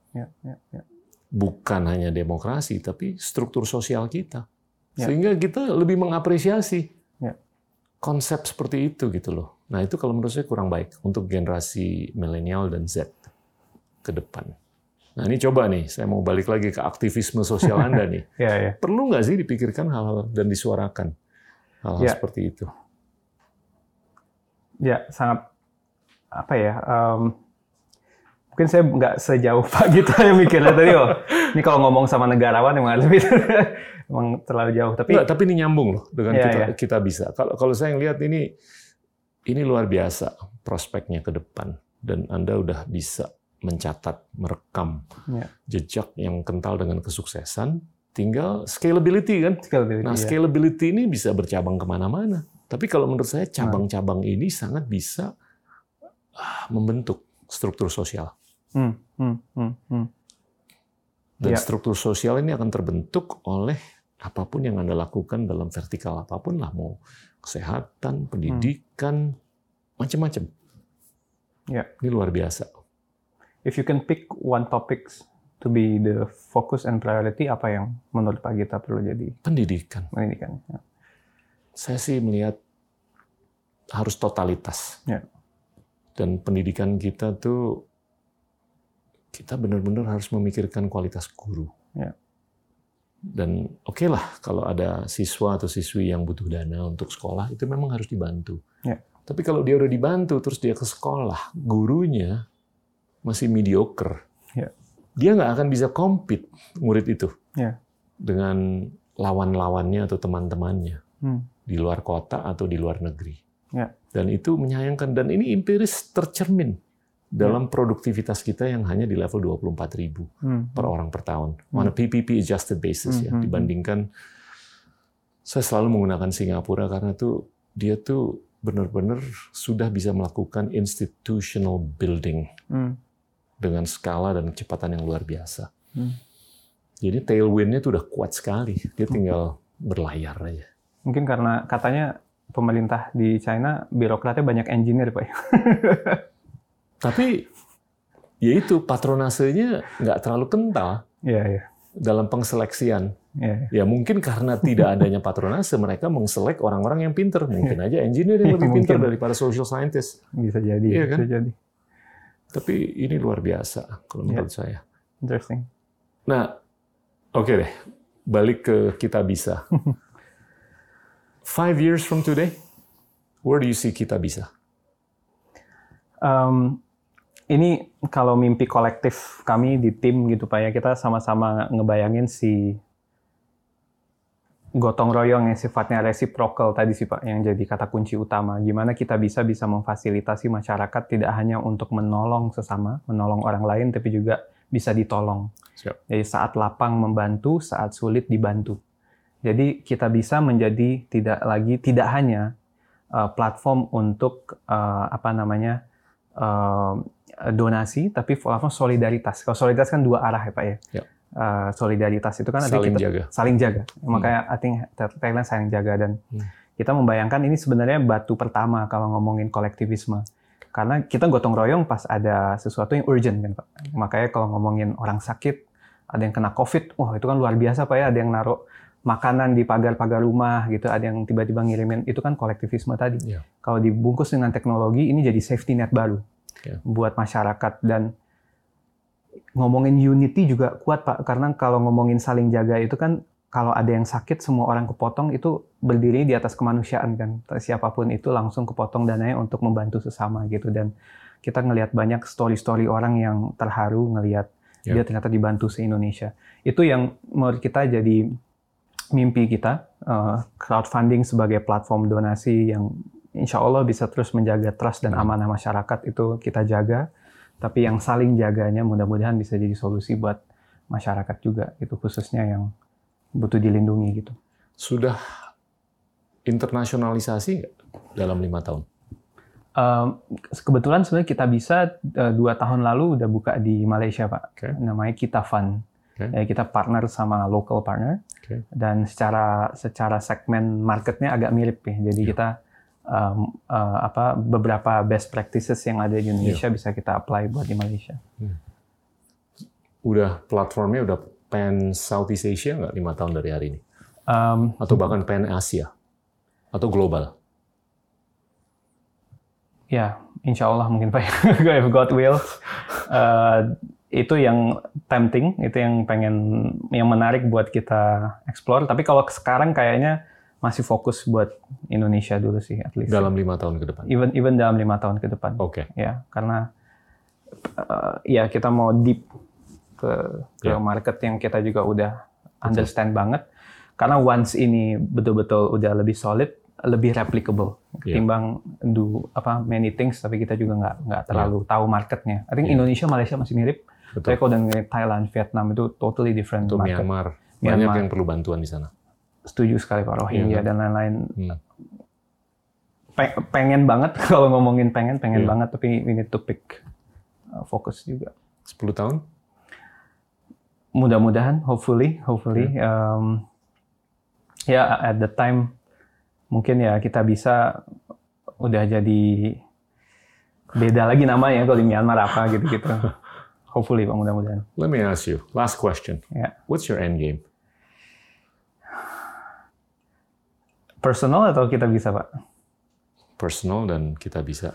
Speaker 2: Bukan hanya demokrasi, tapi struktur sosial kita. Sehingga kita lebih mengapresiasi konsep seperti itu gitu loh. Nah itu kalau menurut saya kurang baik untuk generasi milenial dan Z ke depan. Nah ini coba nih, saya mau balik lagi ke aktivisme sosial Anda nih. Perlu nggak sih dipikirkan hal-hal dan disuarakan hal-hal seperti itu?
Speaker 1: Ya sangat apa ya? Mungkin saya nggak sejauh Pak Gita yang mikirnya tadi. Ini kalau ngomong sama negarawan emang lebih emang terlalu jauh.
Speaker 2: Tapi ini nyambung loh dengan kita bisa. Kalau saya ngelihat ini luar biasa prospeknya ke depan dan Anda udah bisa mencatat, merekam jejak yang kental dengan kesuksesan. Tinggal scalability kan. Scalability ini bisa bercabang kemana-mana. Tapi kalau menurut saya cabang-cabang ini sangat bisa membentuk struktur sosial. Dan struktur sosial ini akan terbentuk oleh apapun yang Anda lakukan dalam vertikal apapun lah, mau kesehatan, pendidikan, macam-macam. Ini luar biasa.
Speaker 1: If you can pick one topic to be the focus and priority, apa yang menurut Pak Gita perlu jadi?
Speaker 2: Pendidikan.
Speaker 1: Ya.
Speaker 2: Saya sih melihat harus totalitas. Dan pendidikan kita tuh kita benar-benar harus memikirkan kualitas guru. Dan oke lah kalau ada siswa atau siswi yang butuh dana untuk sekolah, itu memang harus dibantu. Tapi kalau dia udah dibantu, terus dia ke sekolah, gurunya masih mediocre, dia nggak akan bisa compete murid itu dengan lawan-lawannya atau teman-temannya di luar kota atau di luar negeri. Dan itu menyayangkan. Dan ini empiris tercermin dalam produktivitas kita yang hanya di level 24.000 per orang per tahun. On a PPP adjusted basis ya. Dibandingkan, saya selalu menggunakan Singapura karena dia tuh benar-benar sudah bisa melakukan institutional building dengan skala dan kecepatan yang luar biasa. Jadi tailwind-nya tuh udah kuat sekali. Dia tinggal berlayar aja.
Speaker 1: Mungkin karena katanya pemerintah di China birokratnya banyak engineer, Pak.
Speaker 2: Tapi ya itu patronasenya nggak terlalu kental dalam pengseleksian. Ya mungkin karena tidak adanya patronase, mereka mengselek orang-orang yang pinter. Mungkin aja engineer yang lebih pinter daripada social scientist.
Speaker 1: Bisa jadi.
Speaker 2: Kan?
Speaker 1: Bisa jadi.
Speaker 2: Tapi ini luar biasa kalau menurut saya.
Speaker 1: Interesting.
Speaker 2: Nah, oke deh. Balik ke kita bisa. 5 years from today, where do you see kita bisa?
Speaker 1: Ini kalau mimpi kolektif kami di tim gitu Pak ya, kita sama-sama ngebayangin gotong royong yang sifatnya reciprocal tadi sih Pak, yang jadi kata kunci utama. Gimana kita bisa memfasilitasi masyarakat tidak hanya untuk menolong sesama, menolong orang lain, tapi juga bisa ditolong.
Speaker 2: Siap.
Speaker 1: Jadi saat lapang membantu, saat sulit dibantu. Jadi kita bisa menjadi tidak hanya platform untuk donasi, tapi platform solidaritas. Kalau solidaritas kan dua arah ya Pak ya.
Speaker 2: Yep.
Speaker 1: Solidaritas itu kan saling jaga. Makanya I think tagline saling jaga, dan kita membayangkan ini sebenarnya batu pertama kalau ngomongin kolektivisme. Karena kita gotong royong pas ada sesuatu yang urgent kan Pak. Makanya kalau ngomongin orang sakit, ada yang kena COVID, wah itu kan luar biasa Pak ya, ada yang naruh makanan di pagar-pagar rumah gitu, ada yang tiba-tiba ngirimin, itu kan kolektivisme tadi. Yeah. Kalau dibungkus dengan teknologi, ini jadi safety net baru buat masyarakat. Dan ngomongin unity juga kuat Pak, karena kalau ngomongin saling jaga itu kan, kalau ada yang sakit, semua orang kepotong, itu berdiri di atas kemanusiaan kan. Siapapun itu langsung kepotong dananya untuk membantu sesama gitu. Dan kita ngelihat banyak story-story orang yang terharu ngelihat dia ternyata dibantu se-Indonesia. Itu yang menurut kita jadi mimpi kita, crowdfunding sebagai platform donasi yang insya Allah bisa terus menjaga trust dan amanah masyarakat, itu kita jaga. Tapi yang saling jaganya mudah-mudahan bisa jadi solusi buat masyarakat juga, itu khususnya yang butuh dilindungi gitu.
Speaker 2: Sudah internasionalisasi nggak dalam 5 tahun?
Speaker 1: Kebetulan sebenarnya kita bisa 2 tahun lalu udah buka di Malaysia Pak. Namanya Kita Fund. Kita partner sama local partner, dan secara segmen marketnya agak mirip ya. Jadi kita beberapa best practices yang ada di Indonesia bisa kita apply buat di Malaysia.
Speaker 2: Udah platformnya udah pan Southeast Asia nggak 5 tahun dari hari ini? Atau bahkan pan Asia? Atau global?
Speaker 1: Ya, insya Allah mungkin Pak. If God wills. Itu yang tempting, itu yang menarik buat kita explore. Tapi kalau sekarang kayaknya masih fokus buat Indonesia dulu sih, at least.
Speaker 2: Dalam 5 tahun ke depan?
Speaker 1: Even dalam 5 tahun ke depan.
Speaker 2: Oke.
Speaker 1: Ya, karena kita mau deep ke market yang kita juga udah understand banget. Karena once ini betul-betul udah lebih solid, lebih replicable ketimbang many things, tapi kita juga nggak terlalu tahu marketnya. I think Indonesia, Malaysia masih mirip. Tapi kalau dengan Thailand, Vietnam itu totally different market.
Speaker 2: Myanmar, banyak yang perlu bantuan di sana.
Speaker 1: Setuju sekali Pak, Rohingya dan lain-lain. Pengen banget kalau ngomongin pengen banget, tapi we need to pick fokus juga.
Speaker 2: 10 tahun?
Speaker 1: Mudah-mudahan, hopefully. At the time mungkin ya kita bisa udah jadi beda lagi namanya kalau di Myanmar apa gitu-gitu. Hopefully Pak, mudah-mudahan.
Speaker 2: Let me ask you, last question. What's your end game?
Speaker 1: Personal atau kita bisa Pak?
Speaker 2: Personal dan kita bisa.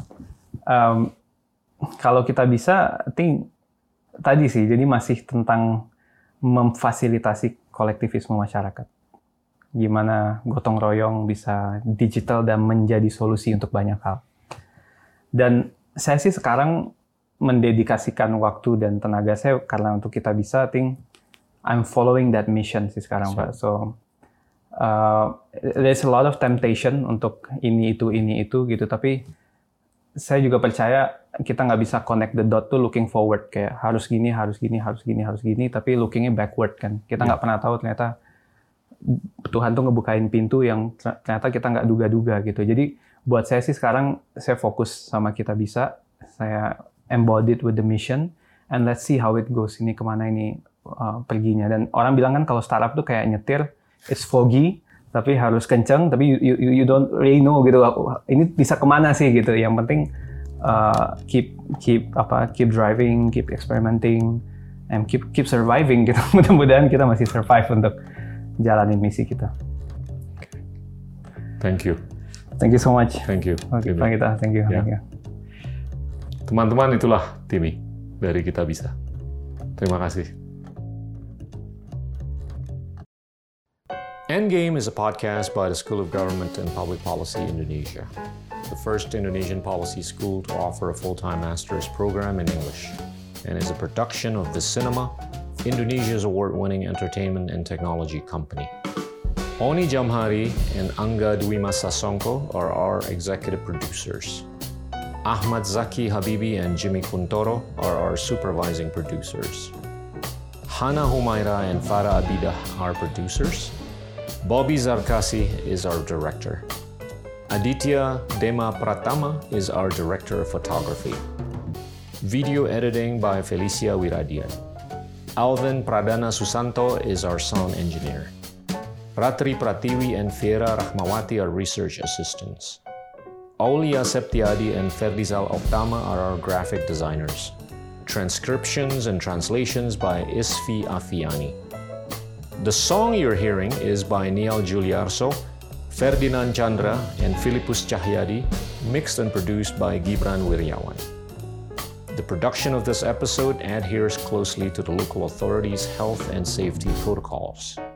Speaker 1: Kalau kita bisa, I think tadi sih, jadi masih tentang memfasilitasi kolektivisme masyarakat. Gimana gotong royong bisa digital dan menjadi solusi untuk banyak hal. Dan saya sih sekarang mendedikasikan waktu dan tenaga saya karena untuk kita bisa, I think I'm following that mission sih sekarang Pak. So there's a lot of temptation untuk ini itu gitu, tapi saya juga percaya kita nggak bisa connect the dot tuh looking forward, kayak harus gini, tapi lookingnya backward kan. Kita nggak pernah tahu ternyata Tuhan tuh ngebukain pintu yang ternyata kita nggak duga-duga gitu. Jadi buat saya sih sekarang saya fokus sama kita bisa, saya embodied with the mission, and let's see how it goes. Ini kemana ini perginya. Dan orang bilang kan kalau startup tuh kayak nyetir, it's foggy, tapi harus kenceng, tapi you don't really know gitu. Ini bisa kemana sih gitu. Yang penting keep driving, keep experimenting, and keep surviving gitu. Mudah-mudahan kita masih survive untuk jalanin misi kita.
Speaker 2: Thank you.
Speaker 1: Thank you so much.
Speaker 2: Thank you.
Speaker 1: Okay, Pak Gita, thank you.
Speaker 2: Yeah.
Speaker 1: Thank you.
Speaker 2: Teman-teman, itulah Timmy dari Kita Bisa. Terima kasih. Endgame is a podcast by the School of Government and Public Policy Indonesia, the first Indonesian policy school to offer a full-time master's program in English, and is a production of The Cinema, Indonesia's award-winning entertainment and technology company. Oni Jamhari and Angga Dwima Sasongko are our executive producers. Ahmad Zaki Habibi and Jimmy Kuntoro are our supervising producers. Hana Humaira and Farah Abidah are producers. Bobby Zarkasi is our director. Aditya Dema Pratama is our director of photography. Video editing by Felicia Wiradian. Alvin Pradana Susanto is our sound engineer. Ratri Pratiwi and Fiera Rahmawati are research assistants. Aulia Septiadi and Ferdizal Oktama are our graphic designers. Transcriptions and translations by Isfi Afiani. The song you're hearing is by Niall Juliarso, Ferdinand Chandra, and Philippus Cahyadi, mixed and produced by Gibran Wiryawan. The production of this episode adheres closely to the local authorities' health and safety protocols.